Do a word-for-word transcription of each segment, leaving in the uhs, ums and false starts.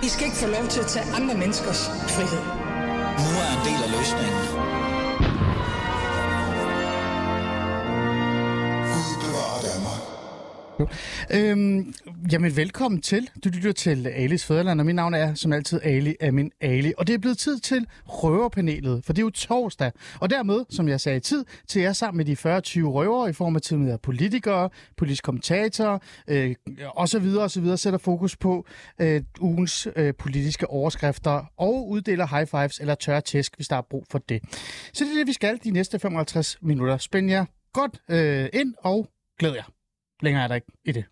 I skal ikke få lov til at tage andre menneskers frihed. Nu er en del af løsningen. Øhm, jamen, velkommen til. Du lytter til Alis Fædreland, og mit navn er som altid Ali Amin Ali. Og det er blevet tid til røverpanelet, for det er jo torsdag. Og dermed, som jeg sagde, tid til jer sammen med de fyrre til tyve røvere i form af tid med politikere, politiske kommentatorer øh, osv. osv. sætter fokus på øh, ugens øh, politiske overskrifter og uddeler high fives eller tørre tæsk, hvis der er brug for det. Så det er det, vi skal de næste femoghalvtreds minutter. Spænd jer godt øh, ind og glæd jer. Længere er der ikke i det.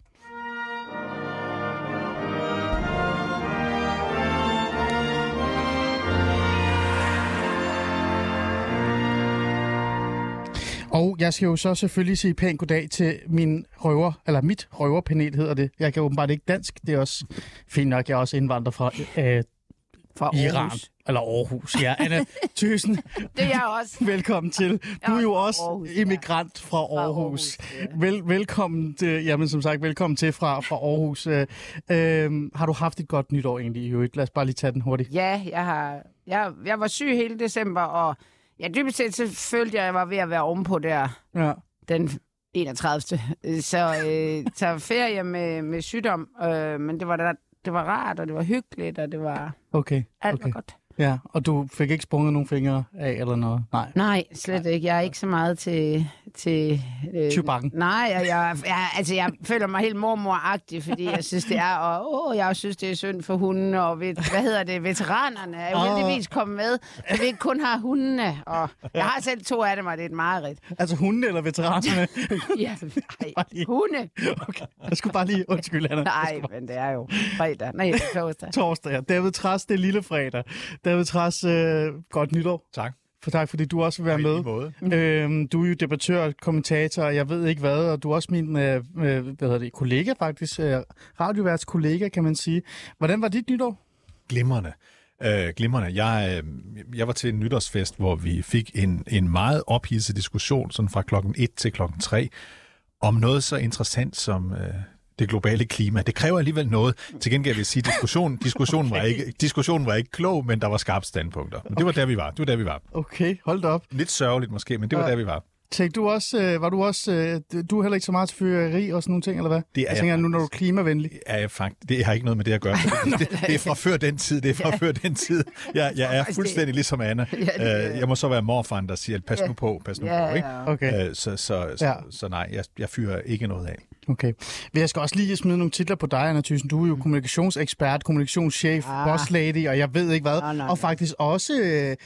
Og jeg skal jo så selvfølgelig sige pænt goddag til min røver, eller mit røverpanel hedder det. Jeg kan åbenbart ikke dansk, det er også fint nok, jeg er også indvandrer fra, øh, fra Iran. Eller Aarhus. Ja, Anna Thøgersen. Det er jeg også. Velkommen til. Du er jo også Aarhus, immigrant fra Aarhus. Fra Aarhus ja. Vel, velkommen til, jamen som sagt, velkommen til fra, fra Aarhus. Øh, øh, har du haft et godt nytår egentlig i øvrigt? Lad os bare lige tage den hurtigt. Ja, jeg har. Jeg, jeg var syg hele december, og ja, dybest set så følte jeg, at jeg var ved at være ovenpå der ja. den enogtredivte Så, øh, så ferie med, med sygdom, øh, men det var, der, det var rart, og det var hyggeligt, og det var okay. alt okay. var godt. Ja, og du fik ikke sprunget nogle fingre af eller noget? Nej, nej slet Nej. ikke. Jeg er ikke så meget til... til øh, Tybakken? Nej, jeg, jeg, jeg, altså, jeg føler mig helt mormor-agtig, fordi jeg synes, det er... Og åh, jeg synes, det er synd for hundene, og ved, hvad hedder det, veteranerne er jo oh. heldigvis kommet med, så vi ikke kun har hundene. Og jeg har selv to af dem, og det er et mareridt. Altså hunde eller veteranerne? ja, nej, hunde. Okay, jeg skulle bare lige undskylde, Anna. Nej, men det er jo fredag. Nej, det er torsdag. Torsdag, ja. David Trads, det er lille fredag. David Trads, øh, godt nytår. Tak. For tak, fordi du også vil være med. Mm. Øhm, du er jo debattør, kommentator, jeg ved ikke hvad, og du er også min øh, hvad hedder det, kollega faktisk, øh, radioværts kollega, kan man sige. Hvordan var dit nytår? Glimrende. Øh, glimrende. Jeg, øh, jeg var til en nytårsfest, hvor vi fik en, en meget ophidset diskussion, sådan fra klokken et til klokken tre, om noget så interessant som... Øh, det globale klima. Det kræver alligevel noget. Til gengæld vil jeg sige, at diskussionen, diskussionen, okay. var ikke, diskussionen var ikke klog, men der var skarpe standpunkter. Men det var okay. der, vi var. Det var der, vi var. Okay, hold da op. Lidt sørgeligt måske, men det var ja. der, vi var. Tænk, du også, øh, var du også, øh, du er heller ikke så meget til fyrværkeri og sådan nogle ting, eller hvad? Det er jeg tænker, jeg nu når du er klimavenlig. Er jeg faktisk, det har ikke noget med det at gøre. Det, det, det er fra før den tid, det er fra ja. før den tid. Jeg, jeg er fuldstændig ligesom Anna. Ja, jeg må så være morfaren, der siger, pas nu på, pas nu ja, på. Ikke? Okay. Så, så, så, ja. så nej, jeg, jeg fyrer ikke noget af. Okay. Men jeg skal også lige smide nogle titler på dig, Anna Thøgersen. Du er jo mm. kommunikationsekspert, kommunikationschef, ah. boss lady, og jeg ved ikke hvad. Ah, nej, og faktisk også øh,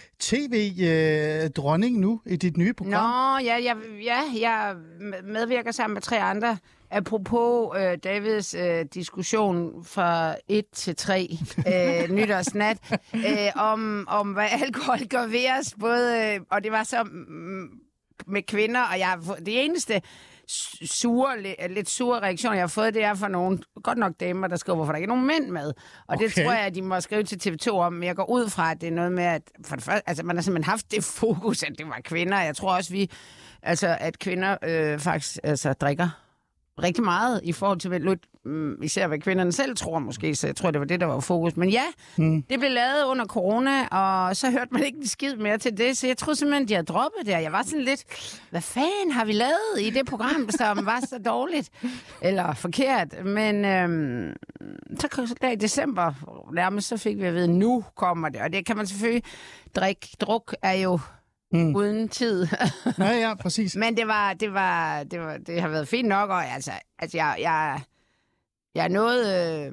tv-dronning øh, nu i dit nye program. Nå, ja, jeg, ja, jeg medvirker sammen med tre andre. Apropos øh, Davids øh, diskussion fra et til tre øh, nytårsnat, øh, om, om hvad alkohol gør ved os, både, øh, og det var så mm, med kvinder, og jeg det eneste sure, lidt sure reaktion, jeg har fået, det er fra nogle, godt nok damer, der skriver, hvorfor der ikke er nogen mænd med. Og okay. det tror jeg, at de må skrive til T V to om, men jeg går ud fra, at det er noget med, at for det første, altså man har simpelthen haft det fokus, at det var kvinder. Jeg tror også, vi, altså at kvinder øh, faktisk altså, drikker rigtig meget i forhold til, hvad, især hvad kvinderne selv tror måske, så jeg tror, det var det, der var fokus. Men ja, hmm. det blev lavet under corona, og så hørte man ikke en skid mere til det, så jeg troede simpelthen, de havde droppet det, jeg var sådan lidt, hvad fanden har vi lavet i det program, som var så dårligt, eller forkert, men øhm, så der i december, nærmest så fik vi at vide, nu kommer det, og det kan man selvfølgelig drikke, druk er jo Mm. uden tid. ja, ja, præcis. Men det var, det var, det var, det har været fint nok, og altså, altså jeg, jeg, jeg er noget, øh,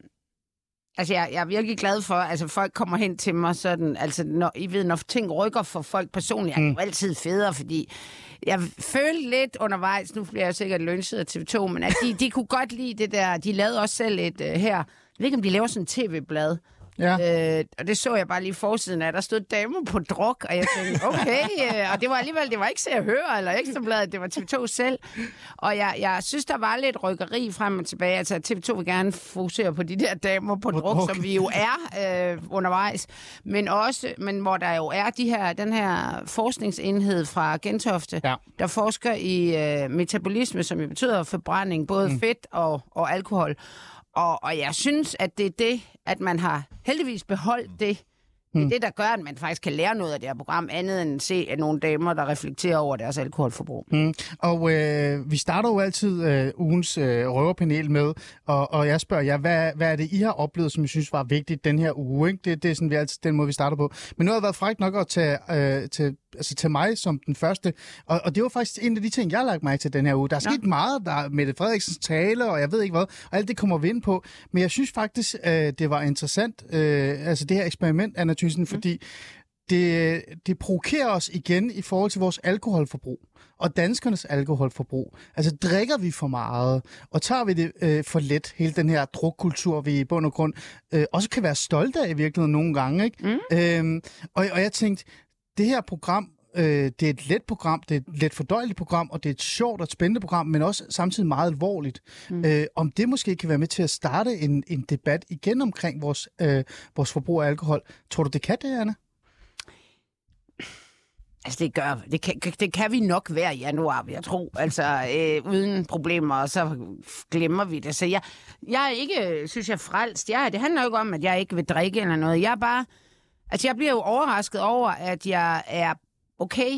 altså jeg, jeg er virkelig glad for, altså folk kommer hen til mig sådan, altså når, I ved, når ting rykker for folk personligt, mm. er det jo altid federe, fordi jeg følte lidt undervejs, nu bliver jeg sikkert lønset af T V to, men at de, de kunne godt lide det der, de lavede også selv et uh, her, jeg ved ikke, om de laver sådan et tv-blad, Ja. Øh, og det så jeg bare lige forsiden af. Der stod damer på druk, og jeg tænkte, okay. Øh, og det var alligevel, det var ikke Se og Høre eller Ekstrabladet, det var T V to selv. Og jeg, jeg synes, der var lidt rykkeri frem og tilbage. Altså, T V to vil gerne fokusere på de der damer på druk, druk. som vi jo er øh, undervejs. Men også, men hvor der jo er de her, den her forskningsenhed fra Gentofte, ja. der forsker i øh, metabolisme, som jo betyder forbrænding, både mm. fedt og, og alkohol. Og, og jeg synes, at det er det, at man har heldigvis beholdt det. Det er det, der gør, at man faktisk kan lære noget af det her program, andet end at se at nogle damer, der reflekterer over deres alkoholforbrug. Mm. Og øh, vi starter jo altid øh, ugens øh, røverpanel med, og, og jeg spørger jer, hvad, hvad er det, I har oplevet, som I synes var vigtigt den her uge? Ikke? Det, det er sådan, vi altid, den måde, vi starter på. Men nu har det været frækt nok at tage, øh, til, altså, til mig som den første, og, og det var faktisk en af de ting, jeg har lagt mig til den her uge. Der er sket ja. meget, der er Mette Frederiksens tale, og jeg ved ikke hvad, og alt det kommer vi ind på. Men jeg synes faktisk, øh, det var interessant, øh, altså det her eksperiment, Anna Thyssen, fordi det, det provokerer os igen i forhold til vores alkoholforbrug og danskernes alkoholforbrug. Altså drikker vi for meget, og tager vi det øh, for let, hele den her drukkultur, vi i bund og grund øh, også kan være stolte af i virkeligheden nogle gange. Ikke? Mm. Øhm, og, og jeg tænkte, det her program, øh, det er et let program, det er et let fordøjeligt program, og det er et sjovt og spændende program, men også samtidig meget alvorligt. Mm. Øh, om det måske kan være med til at starte en, en debat igen omkring vores, øh, vores forbrug af alkohol. Tror du, det kan det, Anna? Altså, det gør, det kan, det kan vi nok være i januar, vil jeg tro. Altså, øh, uden problemer, og så glemmer vi det. Så jeg, jeg er ikke, synes jeg, frelst. Jeg, det handler jo ikke om, at jeg ikke vil drikke eller noget. Jeg er bare, altså, jeg bliver jo overrasket over, at jeg er okay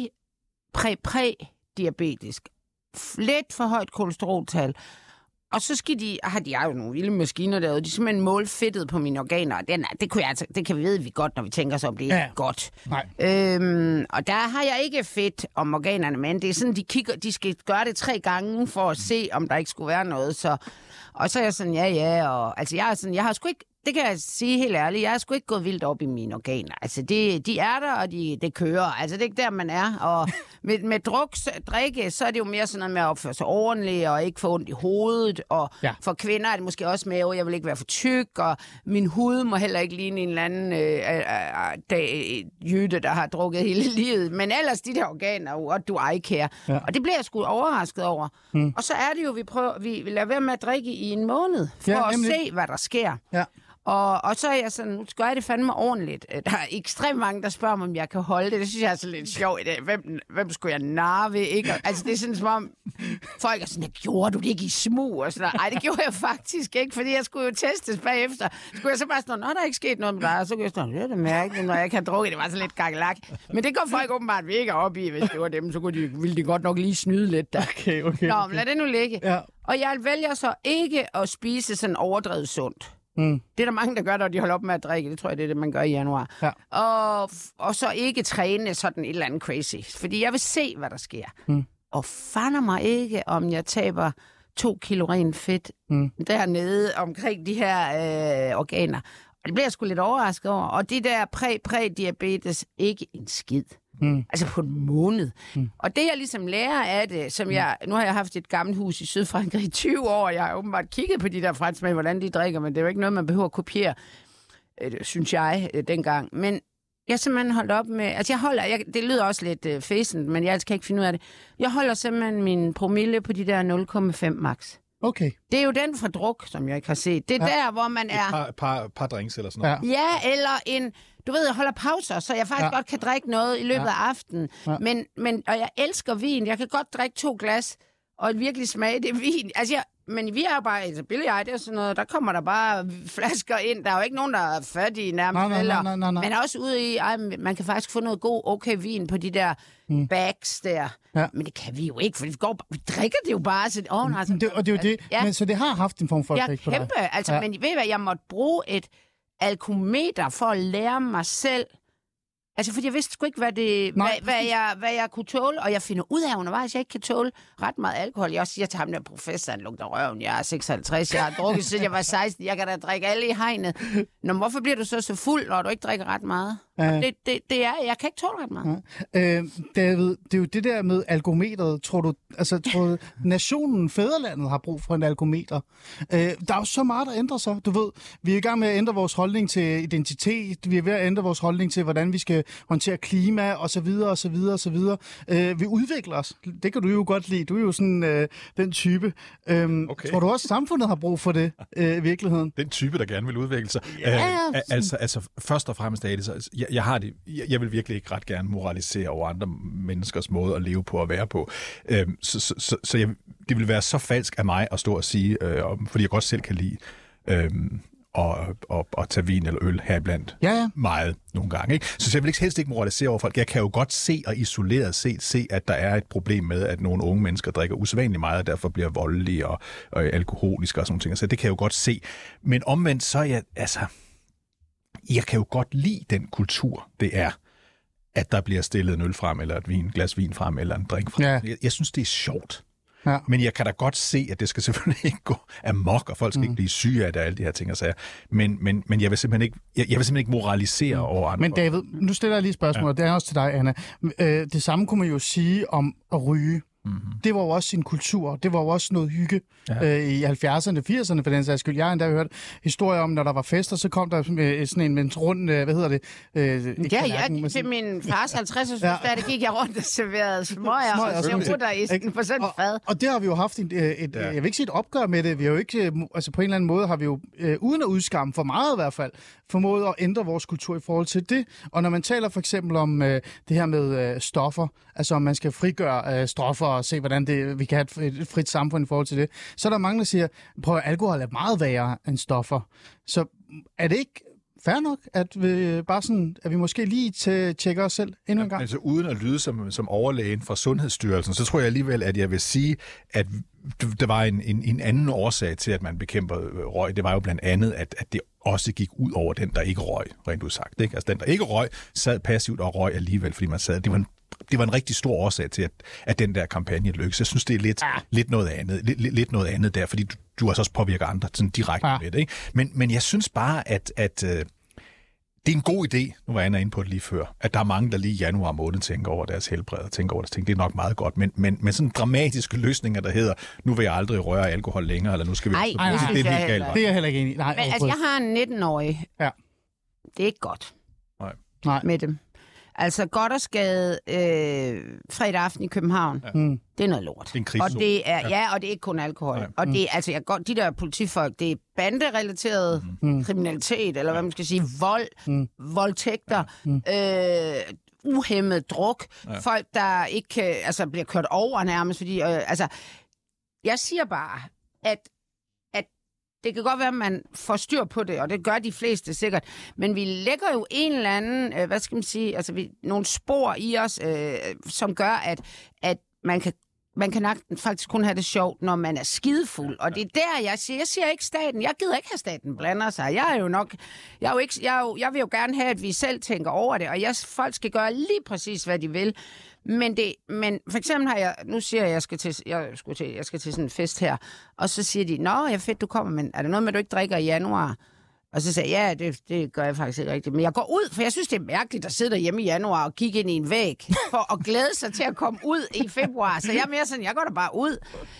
præ-præ-diabetisk. Lidt for højt kolesteroltal. Og så skal de, har de jo nogle vilde maskiner derude, de er simpelthen målfedtet på mine organer. Det, det, kunne jeg, altså, det kan vi vide vi godt, når vi tænker så om det er ja. godt. Nej. Øhm, og der har jeg ikke fedt om organerne, men det er sådan, de kigger, de skal gøre det tre gange for at se, om der ikke skulle være noget. Så, og så er jeg sådan, ja, ja, og altså jeg er sådan, jeg har sgu ikke, det kan jeg sige helt ærligt, jeg har sgu ikke gået vildt op i mine organer. Altså, det, de er der, og de, det kører. Altså, det er ikke der, man er. Og med, med druk, drikke, så er det jo mere sådan noget med at opføre sig ordentligt, og ikke få ondt i hovedet. Og ja. For kvinder er det måske også med, at jeg vil ikke være for tyk, og min hud må heller ikke ligne en eller anden øh, øh, øh, jyde, der har drukket hele livet. Men ellers de der organer, what do I care? Ja. Og det bliver jeg sgu overrasket over. Hmm. Og så er det jo, vi prøver, vi, vi lader være med at drikke i en måned, for ja, at se, hvad der sker. Ja. Og, og så er jeg sådan, nu skal jeg det fandme ordentligt. Der er ekstremt mange, der spørger mig, om jeg kan holde det. Det synes jeg er så lidt sjovt. Hvem, hvem skulle jeg narre ved? Ikke? Altså, det er sådan, som om folk er sådan, gjorde du det ikke i smug? Og sådan, nej, det gjorde jeg faktisk ikke, fordi jeg skulle jo testes bagefter. Skulle jeg så bare sådan, nå, der er ikke sket noget med dig. Og så kunne jeg sådan, det er det mærkeligt, når jeg kan drukke. Det var så lidt gakkelak. Men det går folk åbenbart ikke op i, hvis det var dem. Så kunne de, ville de godt nok lige snyde lidt der. Okay, okay, nå, okay. men lad det nu ligge. Ja. Og jeg vælger så ikke at spise sådan overdrevet sundt. Mm. Det er der mange, der gør, når de holder op med at drikke. Det tror jeg, det er det, man gør i januar. Ja. Og, og så ikke træne sådan et eller andet crazy. Fordi jeg vil se, hvad der sker. Mm. Og fander mig ikke, om jeg taber to kilo ren fedt mm. dernede omkring de her øh, organer. Og det bliver jeg sgu lidt overrasket over. Og det der præ-præ-diabetes, ikke en skid. Mm. Altså på en måned. Mm. Og det, jeg ligesom lærer af det, som jeg... Nu har jeg haft et gammelt hus i Sydfrankrig i tyve år, og jeg har åbenbart kigget på de der franskmænd, hvordan de drikker, men det er jo ikke noget, man behøver at kopiere, øh, synes jeg, øh, dengang. Men jeg simpelthen holdt op med... Altså, jeg holder... Jeg, det lyder også lidt øh, fæsent, men jeg kan ikke finde ud af det. Jeg holder simpelthen min promille på de der nul komma fem max. Okay. Det er jo den fra druk, som jeg ikke har set. Det er ja. der, hvor man er... Et par, par, par drinks eller sådan noget. Ja, ja eller en... Du ved, jeg holder pauser, så jeg faktisk ja. godt kan drikke noget i løbet ja. af aftenen. Ja. Men, men, og jeg elsker vin. Jeg kan godt drikke to glas og virkelig smage det vin. Altså, jeg, men vi er bare... Altså, Billy Eye, det er sådan noget, der kommer der bare flasker ind. Der er jo ikke nogen, der er fattige nærmest. Nej, nej, nej, nej, nej, nej. Men også ude i... Ej, man kan faktisk få noget god, okay vin på de der mm. bags der. Ja. Men det kan vi jo ikke, for vi, går, vi drikker det jo bare. Så, oh, nej, så, det, og det er jo det. Ja. Men, så det har haft en form for effekt på dig. Ja, kæmpe. Altså, ja. Men ved I hvad, jeg måtte bruge et alkometer for at lære mig selv. Altså, fordi jeg vidste sgu ikke, hvad, det, Nej, hvad, hvad, jeg, hvad jeg kunne tåle, og jeg finder ud af undervejs, at jeg ikke kan tåle ret meget alkohol. Jeg også siger til ham der professor, han lugter røven, jeg er seksoghalvtreds, jeg har drukket, siden jeg var seksten, jeg kan da drikke alle i hegnet. Nå, hvorfor bliver du så så fuld, når du ikke drikker ret meget? Ja. Det, det, det er, jeg kan ikke tåle ret meget. Ja. Øh, David, det er jo det der med alkometeret, tror du, altså tror du, nationen, fædrelandet har brug for en alkometer. Øh, der er jo så meget, der ændrer sig, du ved. Vi er i gang med at ændre vores holdning til identitet, vi er ved at ændre vores holdning til, hvordan vi skal håndtere klima, og så videre, og så videre, og så videre. Øh, vi udvikler os. Det kan du jo godt lide. Du er jo sådan øh, den type. Øh, okay. Tror du også, samfundet har brug for det øh, i virkeligheden? Den type, der gerne vil udvikle sig. Ja. Øh, altså, altså, først og fremmest er det så... Jeg, jeg har det... Jeg, jeg vil virkelig ikke ret gerne moralisere over andre menneskers måde at leve på og være på. Øh, så så, så, så jeg, det vil være så falsk af mig at stå og sige, øh, fordi jeg godt selv kan lide Øhm, og, og, og tage vin eller øl heriblandt. Ja, ja. Meget nogle gange. Ikke? Så jeg vil ikke helst ikke moralisere over folk. Jeg kan jo godt se og isoleret set se, at der er et problem med, at nogle unge mennesker drikker usædvanligt meget, og derfor bliver voldelige og, og alkoholiske og sådan ting. Så det kan jeg jo godt se. Men omvendt så er jeg, altså, jeg kan jo godt lide den kultur, det er, at der bliver stillet en øl frem, eller et vin, glas vin frem, eller en drink frem. Ja. Jeg, jeg synes, det er sjovt. Ja. Men jeg kan da godt se, at det skal selvfølgelig ikke gå amok, og folk skal mm. ikke blive syge af det, alle de her ting og sager. Men, men, men jeg vil simpelthen ikke, jeg, jeg vil simpelthen ikke moralisere mm. over andre. Men David, nu stiller jeg lige spørgsmål, ja. Det er også til dig, Anna. Øh, det samme kunne man jo sige om at ryge. Mm-hmm. Det var jo også sin kultur. Det var jo også noget hygge ja. øh, i halvfjerdserne, firserne for den sags skyld. Jeg har endda hørt historier om, når der var fester, så kom der øh, sådan en med en rund, øh, hvad hedder det? Øh, ja, ja, til min fars halvtredserne ja. Der gik jeg rundt og serverede smøger og rutter i sådan på sådan et fad. Og, og det har vi jo haft et, et, et ja. jeg vil ikke sige et opgør med det. Vi har jo ikke, altså på en eller anden måde har vi jo, øh, uden at udskamme for meget i hvert fald, formået at ændre vores kultur i forhold til det. Og når man taler for eksempel om øh, det her med øh, stoffer, altså om man skal frigøre øh, stoffer og se, hvordan det, vi kan have et, et frit samfund i forhold til det, så er der mange, der siger, prøv at alkohol er meget værre end stoffer. Så er det ikke fair nok, at vi bare sådan, at vi måske lige til, tjekker os selv endnu en gang? Altså uden at lyde som, som overlægen fra Sundhedsstyrelsen, så tror jeg alligevel, at jeg vil sige, at der var en, en, en anden årsag til, at man bekæmper røg. Det var jo blandt andet, at, at det også gik ud over den, der ikke røg, rent udsagt. Ikke? Altså den, der ikke røg, sad passivt og røg alligevel, fordi man sad. Det var en, det var en rigtig stor årsag til, at, at den der kampagne lykkedes. Jeg synes, det er lidt, ah. lidt noget andet, lidt, lidt noget andet der, fordi du, du også påvirker andre sådan direkte ah. med det. Ikke? Men, men jeg synes bare, at, at øh, det er en god idé, nu var Anna inde på det lige før, at der er mange, der lige i januar måned tænker over deres helbred og tænker over deres ting. Det er nok meget godt, men, men, men sådan dramatiske løsninger, der hedder, nu vil jeg aldrig røre alkohol længere, eller nu skal vi... Ej, det, det, det, det, er helt galt. Det er jeg heller ikke enig i. Nej, men altså, jeg har en nitten-årig. Ja. Det er ikke godt. Nej. Nej. Med dem. Altså, godt og skade øh, fredag aften i København, ja. mm. det er noget lort. Det er en krigszone. Og det er, ja, og det er ikke kun alkohol. Nej. Og det er, altså, jeg godt, de der politifolk, det er banderelateret mm. kriminalitet, eller hvad man skal sige, vold, mm. voldtægter, mm. øh, uhæmmet druk, ja. Folk, der ikke kan, altså, bliver kørt over nærmest, fordi, øh, altså, jeg siger bare, at det kan godt være, at man får styr på det, og det gør de fleste sikkert. Men vi lægger jo en eller anden, øh, hvad skal man sige, altså vi, nogle spor i os, øh, som gør, at, at man kan man kan faktisk kun have det sjovt, når man er skidefuld. Og det er der, jeg siger, jeg siger ikke staten. Jeg gider ikke have staten blander sig. Jeg er jo nok, jeg er jo ikke, jeg, er jo, jeg vil jo gerne have, at vi selv tænker over det, og jeg, folk skal gøre lige præcis, hvad de vil. Men, det, men for eksempel har jeg, nu siger jeg, at jeg skal til, jeg, skal til, jeg skal til sådan en fest her, og så siger de, nå, ja fedt, du kommer, men er der noget med, at du ikke drikker i januar? Og så sagde jeg, ja, det, det gør jeg faktisk ikke rigtigt. Men jeg går ud, for jeg synes, det er mærkeligt at sidde derhjemme i januar og kigge ind i en væg, for at glæde sig til at komme ud i februar. Så jeg er mere sådan, jeg går da bare ud.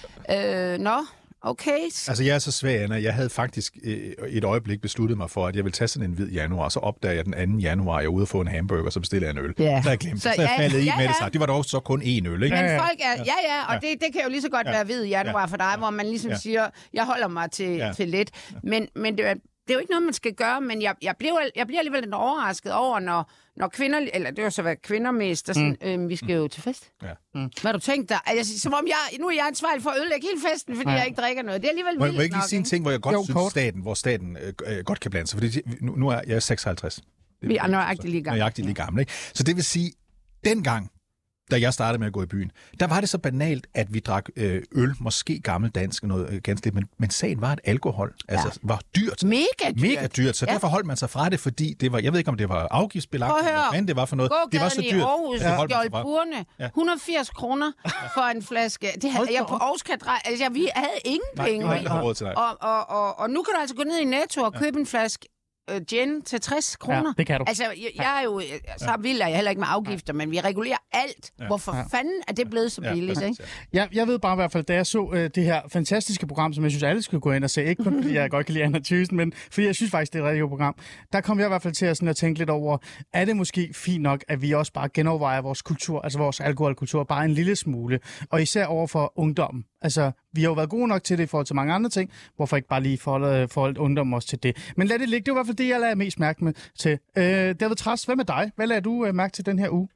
Øh, nå, okay. Altså, jeg er så svag, Anna. Jeg havde faktisk øh, et øjeblik besluttet mig for, at jeg ville tage sådan en hvid januar, så opdager jeg den anden januar, jeg er ude og få en hamburger, så bestiller jeg en øl. Ja. Så jeg glemte, så, så jeg ja, faldet ja, i med ja. det sagt. Det var dog så kun én øl, ikke? Men folk er, ja, ja, og ja. det, det kan jo lige så godt ja. være hvid januar ja. for dig, hvor man ligesom ja. siger, jeg holder mig til, ja. til lidt. Men, men det er det er jo ikke noget, man skal gøre, men jeg, jeg, bliver, jeg bliver alligevel lidt overrasket over, når, når kvinder, eller det er jo så, hvad kvinder mest, der sådan, mm. øh, vi skal jo til fest. Ja. Mm. Hvad har du tænkt dig? Altså, som om jeg, nu er jeg ansvarlig for at ødelægge hele festen, fordi ja. jeg ikke drikker noget. Det er alligevel vildt nok. Må jeg ikke lige sige en ting, hvor jeg godt jo, synes, kort. staten, hvor staten øh, øh, godt kan blande sig? Fordi nu, nu er jeg seksoghalvtreds. Det, vi er nøjagtigt lige gamle. Nøjagtigt lige gamle, ikke? Så det vil sige, dengang, da jeg startede med at gå i byen, der var det så banalt, at vi drak øh, øl, måske gammeldansk, noget øh, ganske lidt, men, men sagen var, at alkohol altså, ja. var dyrt. Mega dyrt. Mega dyrt, så ja. derfor holdt man sig fra det, fordi det var, jeg ved ikke, om det var afgiftsbelagt, eller hvad det var for noget. Det var så dyrt. I Aarhus, ja. Skjoldburene, ja. et hundrede og firs kroner for en flaske. Det havde jeg på Aarhus Katedral. Altså, vi havde ingen Nej, penge. Nej, ikke råd til dig. Og, og, og, og nu kan du altså gå ned i Netto og købe ja. en flaske øh, gin til tres kroner. Ja, det kan du. Altså, jeg, jeg er jo, så vild er jeg heller ikke med afgifter, men vi regulerer alt. Ja. Hvorfor ja. fanden er det blevet så billigt, ja, ikke? Jeg, jeg ved bare i hvert fald, da jeg så øh, det her fantastiske program, som jeg synes, alle skulle gå ind og se, ikke kun fordi jeg godt kan lide Anna Thyssen, men fordi jeg synes faktisk, det er et rigtig godt program, der kom jeg i hvert fald til at, sådan, at tænke lidt over, er det måske fint nok, at vi også bare genovervejer vores kultur, altså vores alkoholkultur, bare en lille smule, og især over for ungdommen. Altså, vi har jo været gode nok til det i forhold til mange andre ting. Hvorfor ikke bare lige forholde, forholde ungdom også til det? Men lad det ligge. Det er i hvert fald det, jeg lader mest mærke med til. Øh, David Trads, hvad med dig? Hvad lader du øh, mærke til den her uge?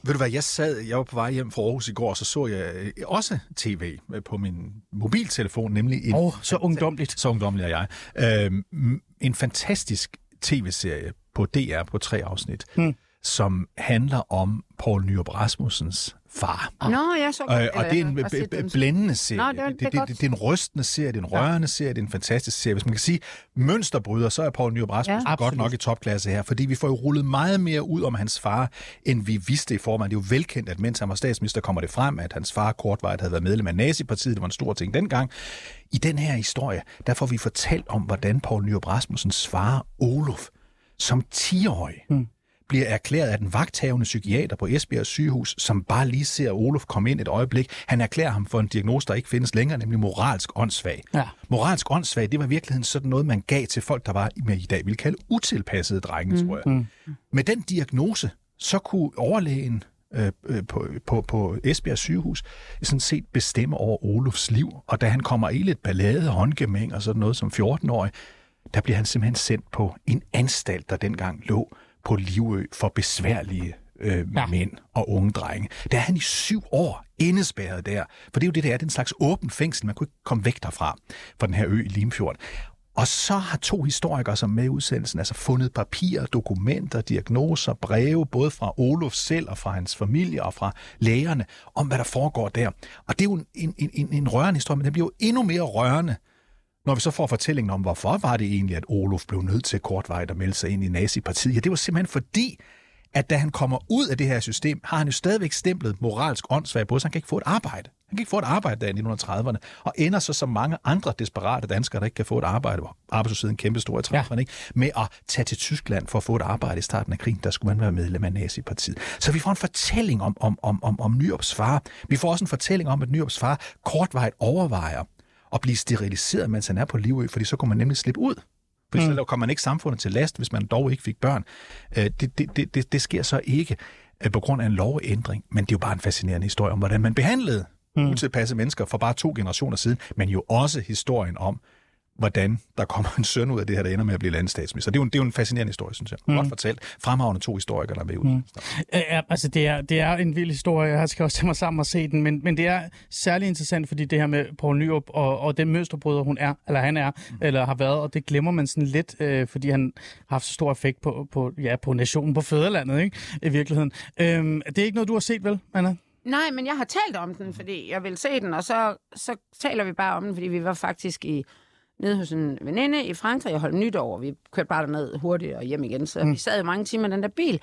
Ved du hvad, jeg sad, jeg var på vej hjem fra Aarhus i går, og så så jeg også tv på min mobiltelefon, nemlig en... Åh, oh, så ungdomligt. Så ungdomlig er jeg. Øhm, en fantastisk tv-serie på D R på tre afsnit, hmm. som handler om Poul Nyrup Rasmussens far. Nå, jeg så godt. Øh, og det er en b- b- blændende serie. Nå, det, er, det, det, det, det, det er en rystende serie, det er en rørende ja. serie, det er en fantastisk serie. Hvis man kan sige mønsterbryder, så er Poul Nyrup Rasmussen ja, godt nok i topklasse her, fordi vi får jo rullet meget mere ud om hans far, end vi vidste i forvejen. Det er jo velkendt, at mens han var statsminister, kommer det frem, at hans far kortvarigt havde været medlem af Nazipartiet. Det var en stor ting dengang. I den her historie, der får vi fortalt om, hvordan Poul Nyrup Rasmussens far, Olof, som ti-årig, hmm. bliver erklæret af den vagthavende psykiater på Esbjerg sygehus, som bare lige ser Olof komme ind et øjeblik. Han erklærer ham for en diagnose, der ikke findes længere, nemlig moralsk åndssvag. Ja. Moralsk åndssvag, det var i virkeligheden sådan noget, man gav til folk, der var, med i dag vil kalde utilpassede drenge, mm. tror jeg. Mm. Med den diagnose, så kunne overlægen øh, på, på, på Esbjerg sygehus sådan set bestemme over Olofs liv. Og da han kommer i lidt ballade, håndgemæng og sådan noget som fjorten-årig, der bliver han simpelthen sendt på en anstalt, der dengang lå på Livø for besværlige øh, ja. mænd og unge drenge. Der er han i syv år indespærret der, for det er jo det, der er, det er en slags åben fængsel. Man kunne ikke komme væk derfra, fra den her ø i Limfjorden. Og så har to historikere, som med i udsendelsen, altså fundet papirer, dokumenter, diagnoser, breve, både fra Olof selv og fra hans familie og fra lægerne, om hvad der foregår der. Og det er jo en, en, en, en rørende historie, men den bliver jo endnu mere rørende, når vi så får fortællingen om, hvorfor var det egentlig, at Olof blev nødt til kortvarigt at melde sig ind i Nazipartiet. Ja, det var simpelthen fordi, at da han kommer ud af det her system, har han jo stadigvæk stemplet moralsk åndssvag på, så han kan ikke få et arbejde. Han kan ikke få et arbejde der i nitten trediverne, og ender så som mange andre desperate danskere, der ikke kan få et arbejde, hvor arbejdsløsheden kæmpestor i trediverne, ja. ikke, med at tage til Tyskland for at få et arbejde i starten af krigen, der skulle man være medlem af Nazipartiet. Så vi får en fortælling om, om, om, om, om Nyrups far. Vi får også en fortælling om, at Nyrups far kortvarigt overvejer at blive steriliseret, mens han er på Livø, fordi så kunne man nemlig slippe ud. For mm. så kommer man ikke samfundet til last, hvis man dog ikke fik børn. Det, det, det, det, det sker så ikke på grund af en lovændring, men det er jo bare en fascinerende historie om, hvordan man behandlede mm. utilpassede mennesker for bare to generationer siden, men jo også historien om, hvordan der kommer en søn ud af det her, der ender med at blive landstatsminister. Det er jo en, det er jo en fascinerende historie, synes jeg. Mm. Godt fortalt. Fremragende to historikere, der er med ud. Mm. Ja, altså det er, det er en vild historie. Jeg skal også tage mig sammen og se den, men, men det er særlig interessant, fordi det her med Poul Nyrup og, og den mønsterbryder, hun er, eller han er, mm. eller har været, og det glemmer man sådan lidt, øh, fordi han har haft så stor effekt på, på, ja, på nationen, på fædrelandet, ikke? I virkeligheden. Øhm, det er ikke noget, du har set, vel, Anna? Nej, men jeg har talt om den, fordi jeg vil se den, og så, så taler vi bare om den, fordi vi var faktisk i nede hos en veninde i Frankrig. Jeg holdt nytår. Vi kørte bare derned hurtigt og hjem igen, så mm. vi sad jo mange timer i den der bil.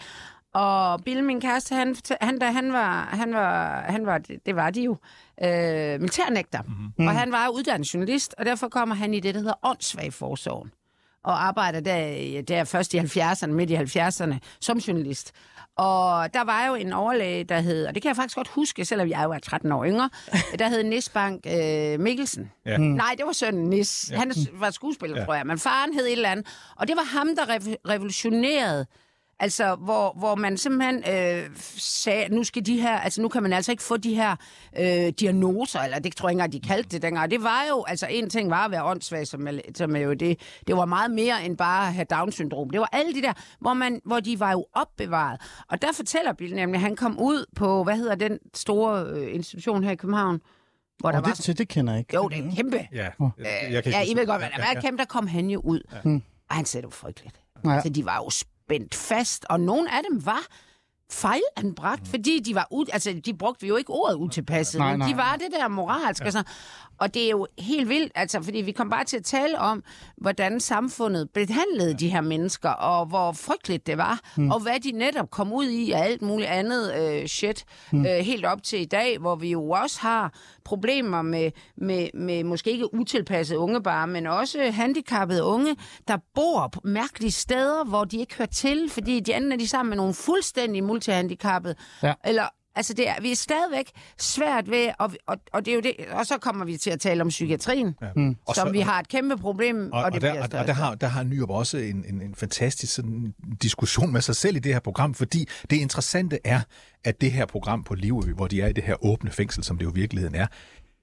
Og Bill, min kæreste, han, han, da han var, han var, han var, det var de jo, øh, militærnægter. Mm. Og han var uddannet journalist, og derfor kommer han i det, der hedder åndssvagforsorgen. Og arbejder der, der først i halvfjerdserne, midt i halvfjerdserne, som journalist. Og der var jo en overlæge, der hed, og det kan jeg faktisk godt huske, selvom jeg jo er tretten år yngre, der hed Nis Bank øh, Mikkelsen. Ja. Mm. Nej, det var sønnen Nis. Ja. Han var skuespiller, ja. tror jeg, men faren hed et eller andet. Og det var ham, der rev- revolutionerede. Altså, hvor, hvor man simpelthen øh, sagde, nu skal de her, altså nu kan man altså ikke få de her øh, diagnoser, eller det tror jeg ikke engang, de kaldte det dengang. Det var jo, altså en ting var at være åndssvag, som, som jo det, det var meget mere end bare at have Down-syndrom. Det var alle de der, hvor, man, hvor de var jo opbevaret. Og der fortæller Bill nemlig, at han kom ud på, hvad hedder den store øh, institution her i København, hvor oh, der det, var... det kender jeg ikke. Jo, det er kæmpe. Ja, jeg, jeg kan ja I ved godt, hvad der var kæmpe, der kom han jo ud. Ja. Mm. Og han sagde, det var frygteligt. Ja. Så de var jo spændt fast, og nogle af dem var fejlanbragt, mm. fordi de var ud, altså de brugte vi jo ikke ordet utilpasset, nej, nej. De var det der moralske, ja. og, sådan. Og det er jo helt vildt, altså fordi vi kom bare til at tale om, hvordan samfundet behandlede ja. de her mennesker, og hvor frygteligt det var, mm. og hvad de netop kom ud i, og alt muligt andet øh, shit, mm. øh, helt op til i dag, hvor vi jo også har problemer med, med, med måske ikke utilpassede unge bare, men også handicappede unge, der bor på mærkelige steder, hvor de ikke hører til, fordi de ender de sammen med nogle fuldstændig multihandicappede, ja. eller altså det er, vi er stadigvæk svært ved, og, og, og det er jo det, og så kommer vi til at tale om psykiatrien, ja. mm. som så, vi har et kæmpe problem, og, og det og der, og, og der har der har Nyrup også en, en, en fantastisk sådan, diskussion med sig selv i det her program, fordi det interessante er, at det her program på Livø, hvor de er i det her åbne fængsel, som det jo i virkeligheden er,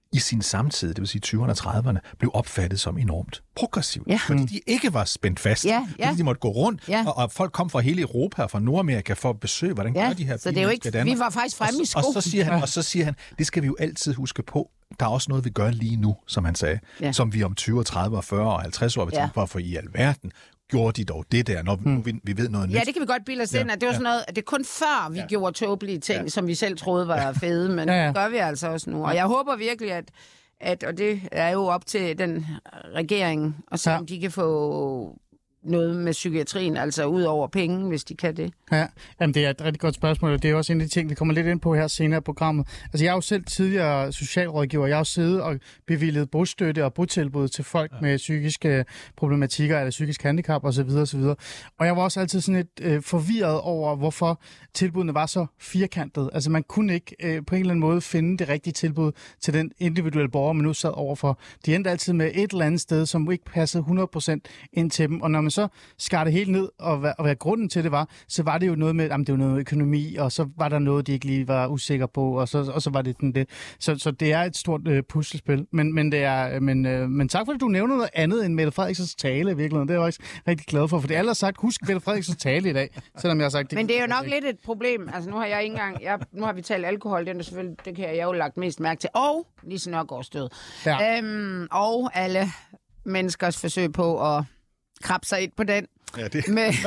i sin samtid, det vil sige tyverne og trediverne, blev opfattet som enormt progressivt. Ja. Fordi de ikke var spændt fast. Ja, ja. Fordi de måtte gå rundt, ja. og, og folk kom fra hele Europa og fra Nordamerika for at besøge, hvordan ja. gør de her så det er jo ikke, vi var faktisk fremme og, i skolen. og, så siger han, og så siger han, det skal vi jo altid huske på. Der er også noget, vi gør lige nu, som han sagde, ja. som vi om tyve, tredive, fyrre og halvtreds år vil tænke på, for i alverden gjorde de dog det der, når vi, mm. vi, vi ved noget nyt. Ja, det kan vi godt bilde os ind, ja. at det var sådan noget, at det er kun før, vi ja. gjorde tåbelige ting, ja. som vi selv troede var fede, men ja, ja. det gør vi altså også nu. Og jeg håber virkelig, at, at og det er jo op til den regering, og så ja. om de kan få noget med psykiatrien, altså ud over penge, hvis de kan det. Ja, jamen det er et rigtig godt spørgsmål, og det er også en af de ting, vi kommer lidt ind på her senere i programmet. Altså jeg er jo selv tidligere socialrådgiver, jeg har jo siddet og bevilget bostøtte og botilbud til folk ja. med psykiske problematikker eller psykisk handicap osv. osv. Og jeg var også altid sådan lidt øh, forvirret over, hvorfor tilbudene var så firkantet. Altså man kunne ikke øh, på en eller anden måde finde det rigtige tilbud til den individuelle borger, man nu sad overfor. De endte altid med et eller andet sted, som ikke passede hundrede procent ind til dem, og når man så skar det helt ned, og hvad, og hvad grunden til det var, så var det jo noget med, jamen, det var noget økonomi, og så var der noget, de ikke lige var usikre på, og så, og så var det sådan det. Så, så det er et stort øh, puslespil. Men, men, det er, men, øh, men tak for, at du nævner noget andet end Mette Frederiksens tale i virkeligheden. Det er jeg også rigtig glad for, for det er ellers sagt, husk Mette Frederiksens tale i dag, selvom jeg har sagt det. Men det er jo nok lidt et problem. Altså nu har jeg ikke engang, jeg, nu har vi talt alkohol, det er selvfølgelig, det kan jeg jo lagt mest mærke til. Og Lise Nørgaards død. Ja. Øhm, og alle menneskers forsøg på at krabbe sig ind på den. Ja, det med... oh,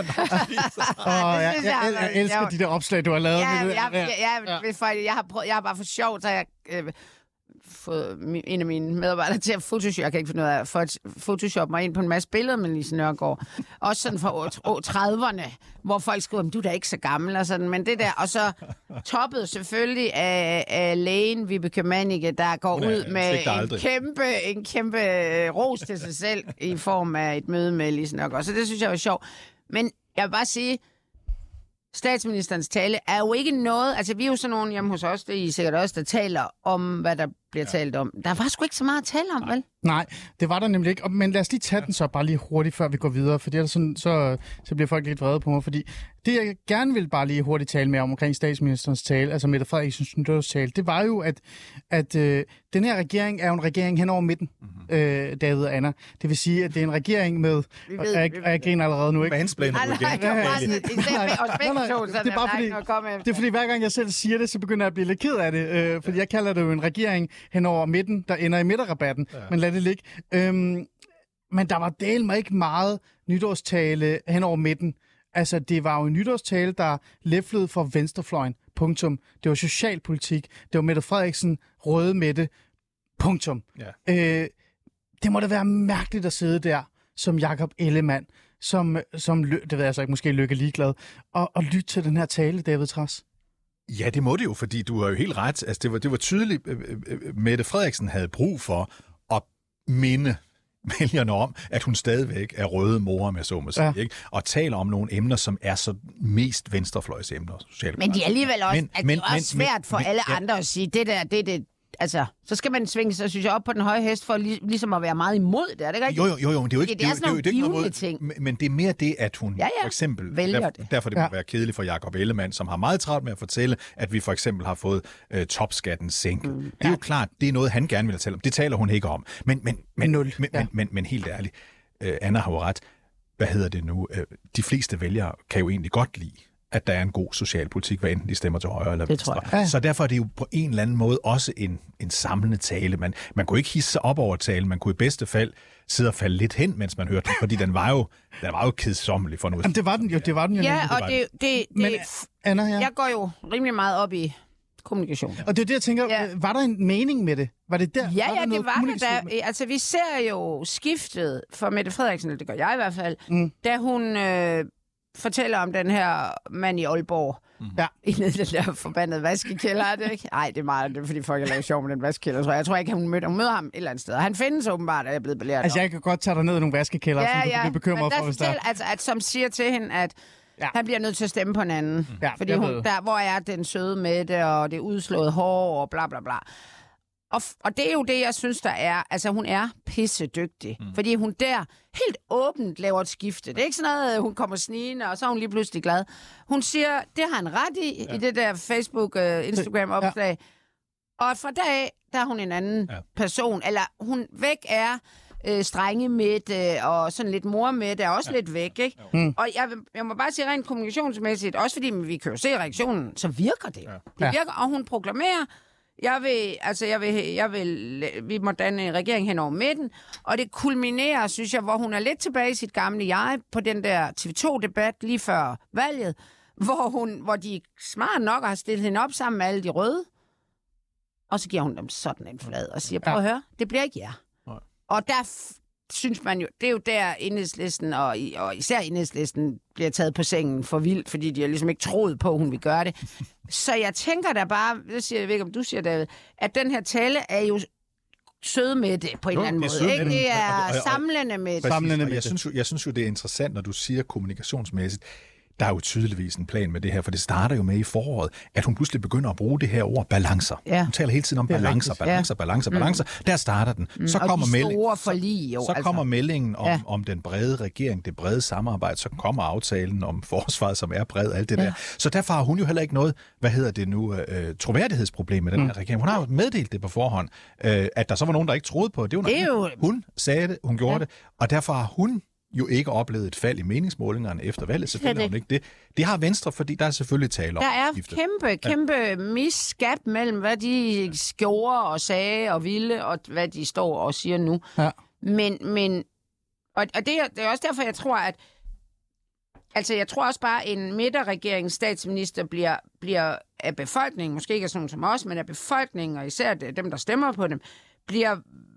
ja, jeg, jeg, jeg elsker jeg, de der opslag, du har lavet. Ja, med det. ja, ja, ja, ja. For jeg har prøvet, jeg har bare for sjovt, så jeg øh, fået en af mine medarbejdere til at photoshop, jeg kan ikke finde ud af, for at photoshop mig ind på en masse billeder med Lise Nørgaard. Også sådan fra trediverne, hvor folk skriver, du er da ikke så gammel og sådan, men det der, og så toppet selvfølgelig af, af lægen Vibeke Mannicke, der går ja, ud med en kæmpe, en kæmpe ros til sig selv i form af et møde med Lise Nørgaard. Så det synes jeg var sjovt. Men jeg vil bare sige, statsministerens tale er jo ikke noget... Altså, vi er jo sådan nogen hjemme hos os, det er I sikkert også, der taler om, hvad der bliver ja. talt om. Der var sgu ikke så meget at tale om, Nej. vel? Nej, det var der nemlig ikke. Men lad os lige tage den så bare lige hurtigt, før vi går videre, for det er sådan, så, så bliver folk lidt vrede på mig, fordi det, jeg gerne vil bare lige hurtigt tale med om omkring statsministerens tale, altså Mette Frederiksens nytårstale, det var jo, at, at øh, den her regering er jo en regering hen over midten, mm-hmm. øh, David og Anna. Det vil sige, at det er en regering med... Ved, og jeg, og jeg griner allerede nu, ikke? Mansplainer du igen. Det er bare fordi, det er fordi, hver gang jeg selv siger det, så begynder jeg at blive lidt ked af det, øh, fordi jeg kalder det jo en regering hen over midten, der ender i midterrabatten, ja. Men lad det ligge. Øhm, men der var del mig ikke meget nytårstale hen over midten. Altså, det var jo en nytårstale, der læflede for venstrefløjen. Punktum. Det var socialpolitik. Det var Mette Frederiksen, røde Mette. Punktum. Ja. Øh, det må da være mærkeligt at sidde der som Jakob Ellemann, som, som det ved jeg så ikke, måske Lykke ligeglad, og, og lytte til den her tale, David Trads. Ja, det må det jo, fordi du har jo helt ret. Altså, det var, det var tydeligt, at Mette Frederiksen havde brug for at minde vælgerne om, at hun stadigvæk er røde mor, med så må sige, ja. Ikke? Og taler om nogle emner, som er så mest venstrefløjsemner. Men de er alligevel også, men, at men, det er også men, svært for men, alle ja. andre at sige, det der, det det. Altså, så skal man svinge sig, synes jeg, op på den høje hest, for lig, ligesom at være meget imod det. Er det ikke? Jo, jo, jo, jo, men det er jo ikke, det er sådan det er, det er nogle noget, ting. Men det er mere det, at hun ja, ja. for eksempel, vælger der, det. derfor det må ja. være kedeligt for Jakob Ellemann, som har meget travlt med at fortælle, at vi for eksempel har fået øh, topskatten sænket. Mm. Det er ja. jo klart, det er noget, han gerne vil tale om. Det taler hun ikke om. Men, men, men, Nul. men, ja. men, men, men helt ærligt, øh, Anna har jo ret. Hvad hedder det nu? Øh, de fleste vælgere kan jo egentlig godt lide, at der er en god socialpolitik, hvad enten de stemmer til højre eller venstre. Ja. Så derfor er det jo på en eller anden måde også en, en samlende tale. Man, man kunne ikke hisse sig op over talen, man kunne i bedste fald sidde og falde lidt hen, mens man hørte den, fordi den var jo, den var jo kedsommelig for noget. Jamen, det var den jo, det var den jo. Ja, nemlig. og det, det, det, Men, Anna, ja. jeg går jo rimelig meget op i kommunikation. Og det er det, jeg tænker, ja. Var der en mening med det? Var det der? Ja, var ja, der det var det da. Altså, vi ser jo skiftet for Mette Frederiksen, det gør jeg i hvert fald, mm. da hun øh, fortæller om den her mand i Aalborg, mm. ja. i den der forbandede vaskekælder, er det ikke? Nej, det er meget, det er fordi folk har lavet sjov med den vaskekælder, tror jeg. Jeg tror ikke, hun mødte, hun møder ham et eller andet sted. Han findes åbenbart, at jeg er blevet belært. Altså, jeg kan godt tage dig ned i nogle vaskekælder, ja, som du ja. bliver bekymret for, hvis der... Altså, at som siger til hende, at ja. han bliver nødt til at stemme på en anden. Ja, fordi hun, der, hvor er den søde Mette, og det udslåede hår, og bla bla bla. Og, og det er jo det, jeg synes, der er. Altså, hun er pissedygtig. Mm. Fordi hun der helt åbent laver et skifte. Det er ikke sådan noget, hun kommer snigende, og så er hun lige pludselig glad. Hun siger, det har han ret i, ja. i det der Facebook, uh, Instagram-opslag. Ja. Og fra dag der er hun en anden Ja. person. Eller hun væk er øh, strenge Mette og sådan lidt mor Mette er også ja. lidt væk, ikke? Mm. Og jeg, jeg må bare sige rent kommunikationsmæssigt, også fordi vi kan jo se reaktionen, så virker det. Ja. Det virker, og hun proklamerer, jeg vil, altså jeg vil, jeg vil, vi må danne en regering hen over midten, og det kulminerer, synes jeg, hvor hun er lidt tilbage i sit gamle jeg, på den der T V to-debat lige før valget, hvor, hun, hvor de smart nok har stillet hende op sammen med alle de røde, og så giver hun dem sådan en flad og siger, prøv at høre, det bliver ikke jer. Nej. Og der f- synes man jo, det er jo der Enhedslisten, og, og især Enhedslisten, bliver taget på sengen for vildt, fordi de har ligesom ikke troet på, at hun vil gøre det. Så jeg tænker da bare, det siger jeg ikke, om du siger, David, at den her tale er jo søde med det på en jo, eller anden måde. Ikke? Det er samlende med det. Samlende med jeg, synes jo, jeg synes jo, det er interessant, når du siger kommunikationsmæssigt, der er jo tydeligvis en plan med det her, for det starter jo med i foråret, at hun pludselig begynder at bruge det her ord balancer. Ja. Hun taler hele tiden om balancer, balancer, ja. balancer, balancer. Mm. Der starter den. Så mm. kommer, melding, forlig, jo, så, så altså. kommer meldingen om, ja. om den brede regering, det brede samarbejde, så kommer aftalen om forsvaret, som er bred, alt det ja. der. Så derfor har hun jo heller ikke noget, hvad hedder det nu, øh, troværdighedsproblem med den mm. her regering. Hun har jo meddelt det på forhånd, øh, at der så var nogen, der ikke troede på det. Det var det jo... Hun sagde det, hun gjorde ja. det, og derfor har hun jo ikke oplevet et fald i meningsmålingerne efter valget. Selvfølgelig det. Ikke det. Det har Venstre, fordi der er selvfølgelig tale om. Der er kæmpe, kæmpe ja. misgab mellem, hvad de gjorde og sagde og ville, og hvad de står og siger nu. Ja. Men, men og, og det, er, det er også derfor, jeg tror, at altså, jeg tror også bare, at en midterregerings statsminister bliver, bliver af befolkningen, måske ikke af sådan som os, men af befolkningen, og især dem, der stemmer på dem, bliver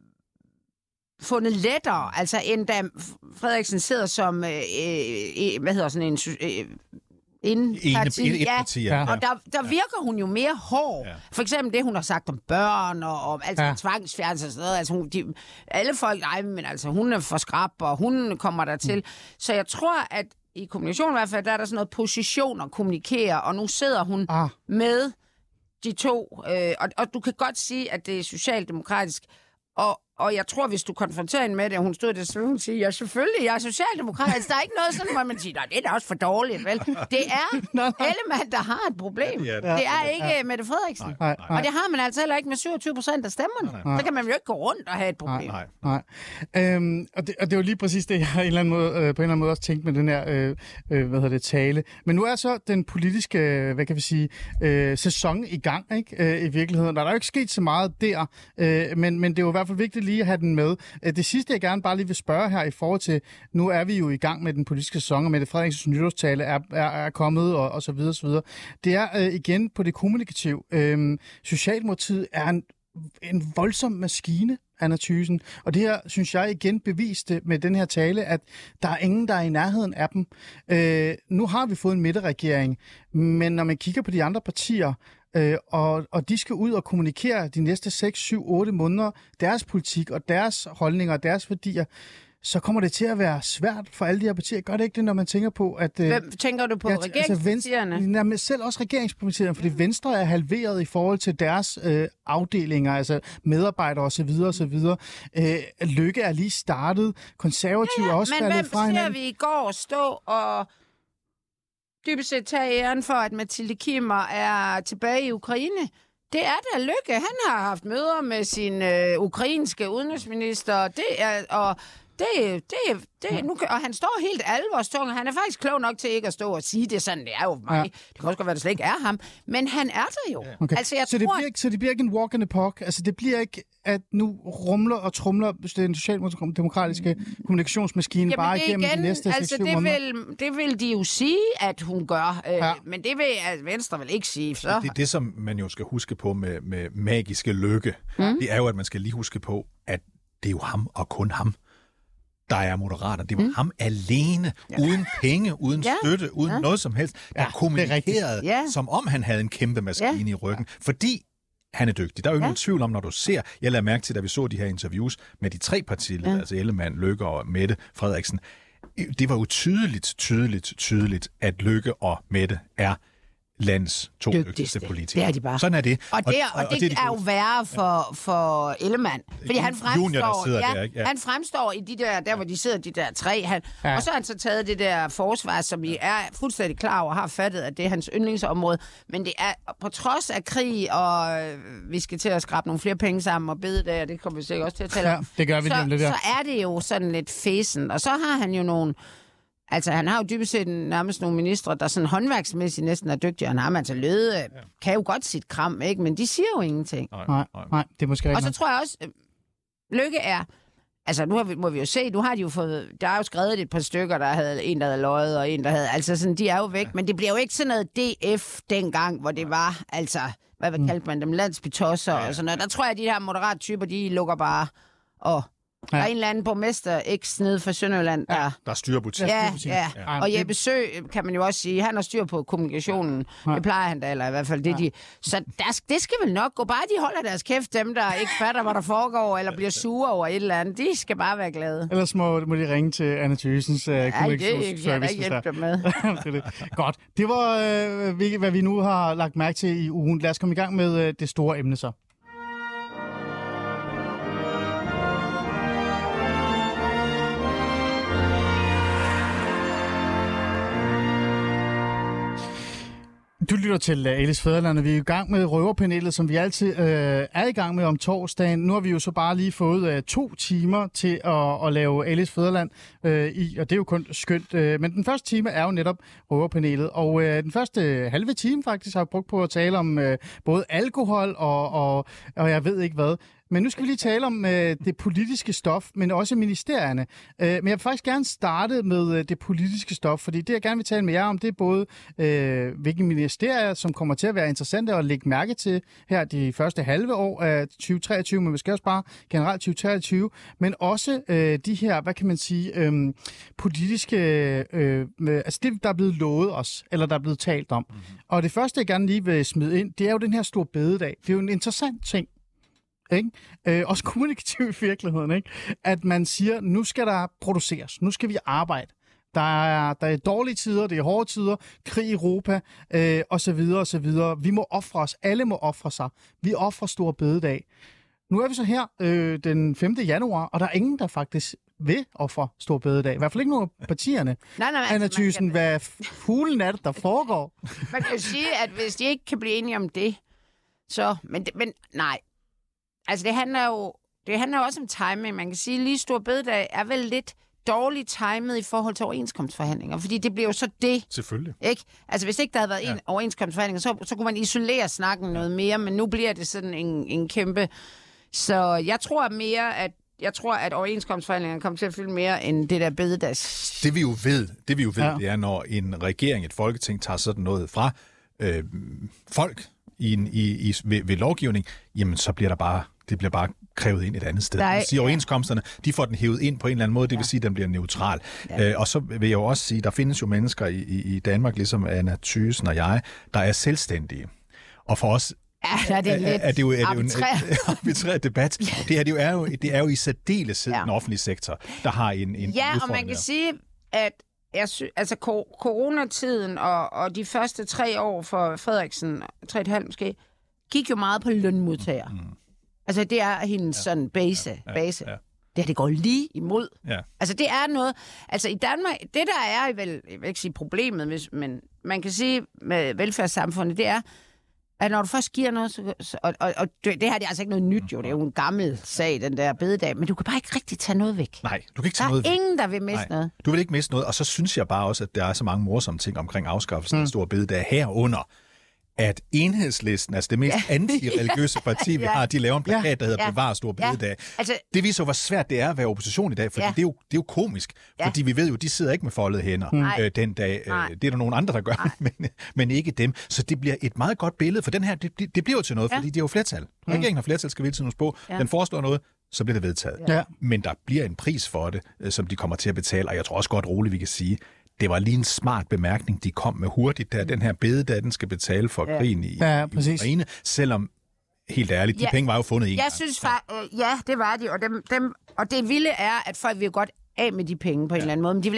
fundet lettere, altså end da Frederiksen sidder som, øh, øh, hvad hedder sådan en, øh, en parti, ja, ja. Og der, der virker hun jo mere hård. Ja. For eksempel det, hun har sagt om børn, og om altså ja. tvangsfjernelse og sådan noget. Altså, hun, de, alle folk, nej, men altså, hun er for skrab, og hun kommer der til. Mm. Så jeg tror, at i kommunikation i hvert fald, der er der sådan noget position at kommunikere, og nu sidder hun ah. med de to, øh, og, og du kan godt sige, at det er socialdemokratisk, og Og jeg tror, hvis du konfronterer hende med det, og hun stod der, så ville hun sige, ja, selvfølgelig, jeg er socialdemokrat. Altså, der er ikke noget sådan, hvor man siger, nej, det er da også for dårligt, vel? Det er Ellemann, der har et problem. Ja, det, det er ikke ja. Mette Frederiksen. Nej, nej. Og det har man altså heller ikke med syvogtyve procent af stemmerne. Nej. Så kan man jo ikke gå rundt og have et problem. Nej, nej. nej. Øhm, og, det, og det er jo lige præcis det, jeg har en eller anden måde, øh, på en eller anden måde også tænkt med den her øh, øh, hvad hedder det, tale. Men nu er så den politiske, hvad kan vi sige, øh, sæson i gang, ikke? Øh, i virkeligheden. Der er jo ikke sket så meget der, øh, men, men det er jo i hvert fald vigtigt lige at have den med. Det sidste, jeg gerne bare lige vil spørge her i forhold til, nu er vi jo i gang med den politiske sæson, og Mette Frederiksens nytårstale er, er, er kommet, og, og så videre, så videre. Det er øh, igen på det kommunikative. Øh, Socialdemokratiet er en, en voldsom maskine, Anna Thyssen. Og det her, synes jeg, igen beviste med den her tale, at der er ingen, der er i nærheden af dem. Øh, nu har vi fået en midterregering, men når man kigger på de andre partier, Øh, og, og de skal ud og kommunikere de næste seks, syv, otte måneder deres politik og deres holdninger og deres værdier, så kommer det til at være svært for alle de her partier. Gør det ikke det, når man tænker på, at... Øh, Hvem tænker du på? Ja, regeringspartierne? Altså Venstre, selv også regeringspartierne, fordi Venstre er halveret i forhold til deres øh, afdelinger, altså medarbejdere osv. osv. Øh, Løkke er lige startet, konservative ja, ja, er også faldet fra hinanden. Men hvem ser vi i går stå og dybest set tage æren for, at Mathilde Kimmer er tilbage i Ukraine? Det er da Løkke. Han har haft møder med sin øh, ukrainske udenrigsminister, det er, og det, det, det, nu, og han står helt alvorstung. Han er faktisk klog nok til ikke at stå og sige det sådan. Det er jo mig. Ja. Det kan også godt være, at det slet ikke er ham. Men han er der jo. Okay. Altså, jeg så, tror, det bliver ikke, så det bliver ikke en walk in the park? Altså, det bliver ikke, at nu rumler og trumler den socialdemokratiske kommunikationsmaskine Jamen, bare igennem igen, de næste altså, seks syv måneder? Vil, det vil de jo sige, at hun gør. Øh, ja. Men det vil at Venstre vel ikke sige. Så. Det, det, som man jo skal huske på med, med magiske Løkke, mm. det er jo, at man skal lige huske på, at det er jo ham og kun ham, der er moderater. Det var mm. ham alene, ja. uden penge, uden ja. støtte, uden ja. noget som helst, der ja, kommunikerede, ja. som om han havde en kæmpe maskine ja. i ryggen. Fordi han er dygtig. Der er jo ikke ja. nogen tvivl om, når du ser, jeg lader mærke til, da vi så de her interviews med de tre partier, ja. altså Ellemann, Løkke og Mette Frederiksen, det var jo tydeligt, tydeligt, tydeligt, at Løkke og Mette er landets to Dygtigste. dygtigste politikere. Det er de bare. Sådan er det. Og det, og, og, og det, det er, er jo værre for, for Ellemann. Fordi han fremstår, Junior, der sidder ja, der, ikke? Ja. han fremstår i de der, der hvor de sidder, de der tre. Han, ja. Og så har han så taget det der forsvar, som vi er fuldstændig klar over, har fattet, at det er hans yndlingsområde. Men det er på trods af krig, og øh, vi skal til at skrabe nogle flere penge sammen og bede det, og det kommer vi sikkert også til at tale om. Ja, det gør vi så, nemlig der. Så er det jo sådan lidt fesen. Og så har han jo nogle... Altså, han har jo dybest set nærmest nogle ministre, der sådan håndværksmæssigt næsten er dygtige. Han har man altså Løde, ja. kan jo godt sit kram, ikke? Men de siger jo ingenting. Nej, nej, nej det er måske rigtigt. Og så tror jeg også, Løkke er... Altså, nu har vi, må vi jo se, nu har de jo fået... Der er jo skrevet et par stykker, der havde en, der havde løjet, og en, der havde... Altså, sådan, de er jo væk, ja. Men det bliver jo ikke sådan noget D F dengang, hvor det var, altså... Hvad mm. kaldte man dem? Landsbytosser ja, ja. og sådan noget. Der tror jeg, at de her moderate typer, de lukker bare... Og ja. Der er en eller anden borgmester, X nede fra Sønderjylland, der... Ja, der styrer butikken. Ja, ja, ja. Og Jeppe Sø, kan man jo også sige, han har styr på kommunikationen. Ja. Det plejer han da, eller i hvert fald det, ja. de... Så der, det skal vel nok gå. Bare de holder deres kæft, dem der ikke fatter, hvad der foregår, eller bliver sure over et eller andet. De skal bare være glade. Ellers må, må de ringe til Anna Thysens uh, kommunikationsservice. Nej, det kan jeg hjælpe dem med. det det. Godt. Det var, uh, hvad vi nu har lagt mærke til i ugen. Lad os komme i gang med uh, det store emne så. Du lytter til Alis Fædreland, og vi er i gang med røverpanelet, som vi altid øh, er i gang med om torsdagen. Nu har vi jo så bare lige fået øh, to timer til at, at lave Alis Fædreland øh, i, og det er jo kun skønt. Øh, men den første time er jo netop røverpanelet, og øh, den første øh, halve time faktisk har jeg brugt på at tale om øh, både alkohol og, og, og jeg ved ikke hvad. Men nu skal vi lige tale om øh, det politiske stof, men også ministerierne. Øh, men jeg vil faktisk gerne starte med øh, det politiske stof, fordi det, jeg gerne vil tale med jer om, det er både, øh, hvilke ministerier, som kommer til at være interessante at lægge mærke til her de første halve år af tyve treogtyve, men vi skal også bare generelt tyve treogtyve, men også øh, de her, hvad kan man sige, øh, politiske, øh, med, altså det, der er blevet lovet os, eller der er blevet talt om. Mm-hmm. Og det første, jeg gerne lige vil smide ind, det er jo den her store bededag. Det er jo en interessant ting. Ikke? Øh, også kommunikativ i virkeligheden, ikke? At man siger, nu skal der produceres, nu skal vi arbejde. Der er, der er dårlige tider, det er hårde tider, krig i Europa, øh, og så videre, og så videre. Vi må ofre os, alle må ofre sig. Vi offrer store bededag. Nu er vi så her øh, den femte januar, og der er ingen, der faktisk vil ofre store bededag. I hvert fald ikke nogen af partierne. nej, nej, Anna altså, Thyssen, kan... hvad fuglen er det, der foregår? Man kan jo sige, at hvis de ikke kan blive enige om det, så... Men, det, men nej. Altså, det handler jo det handler jo også om timing. Man kan sige, at lige stor bededag er vel lidt dårligt timet i forhold til overenskomstforhandlinger, fordi det bliver jo så det. Selvfølgelig. Ikke? Altså, hvis ikke der havde været ja. en overenskomstforhandling, så, så kunne man isolere snakken noget mere, men nu bliver det sådan en, en kæmpe... Så jeg tror mere, at jeg tror, at overenskomstforhandlingerne kommer til at fylde mere end det der bededags. Det vi jo ved, det vi jo ved, ja. det er, når en regering, et folketing, tager sådan noget fra øh, folk i, en, i, i, ved, ved lovgivning, jamen så bliver der bare det bliver bare krævet ind et andet sted. Er, det vil sige, overenskomsterne, de får den hævet ind på en eller anden måde, det vil ja. sige, at den bliver neutral. Ja. Øh, og så vil jeg jo også sige, der findes jo mennesker i, i, i Danmark, ligesom Anna Thygesen og jeg, der er selvstændige. Og for os ja, det er, lidt er det jo, er det jo en arbitrær debat. Ja. Det, er, det, er jo, det er jo i særdeleshed ja. den offentlige sektor, der har en, en ja, og man kan der. sige, at jeg sy- altså kor- coronatiden og, og de første tre år for Frederiksen, tre og et halvt måske, gik jo meget på lønmodtager. Mm. Altså, det er hendes ja. sådan base. Ja. base. Ja. Ja. Det her, det går lige imod. Ja. Altså, det er noget... Altså, i Danmark, det der er vel, jeg vil ikke sige problemet, hvis, men man kan sige med velfærdssamfundet, det er, at når du først giver noget, så, og, og, og det, det her det er altså ikke noget nyt, jo. Det er jo en gammel sag, den der bededag, men du kan bare ikke rigtig tage noget væk. Nej, du kan ikke tage der noget væk. Der er ingen, der vil miste Nej, noget. Du vil ikke miste noget, og så synes jeg bare også, at der er så mange morsomme ting omkring afskaffelsen mm. af store bededag herunder, at Enhedslisten, altså det mest ja. anti-religiøse parti, vi ja. har, de laver en plakat, der hedder ja. Bevar store bededag. Ja. Altså, det viser jo, hvor svært det er at være opposition i dag, for ja. det, er jo, det er jo komisk. Ja. Fordi vi ved jo, de sidder ikke med foldede hænder øh, den dag. Øh, det er der nogle andre, der gør, men, men ikke dem. Så det bliver et meget godt billede, for den her, det, det, det bliver jo til noget, ja. fordi de er jo flertal. Mm. Regeringen har flertal, skal vi hele tiden huske på. Ja. Den foreslår noget, så bliver det vedtaget. Ja. Men der bliver en pris for det, øh, som de kommer til at betale, og jeg tror også godt roligt, vi kan sige, det var lige en smart bemærkning, de kom med hurtigt, da den her bededag, den skal betale for ja. krigen i, ja, i Ukraine, selvom, helt ærligt, de ja. penge var jo fundet en Jeg gang. synes faktisk, øh, ja, det var de, og, dem, dem, og det vilde er, at folk vil godt af med de penge på en ja. eller anden måde, men de vil ikke,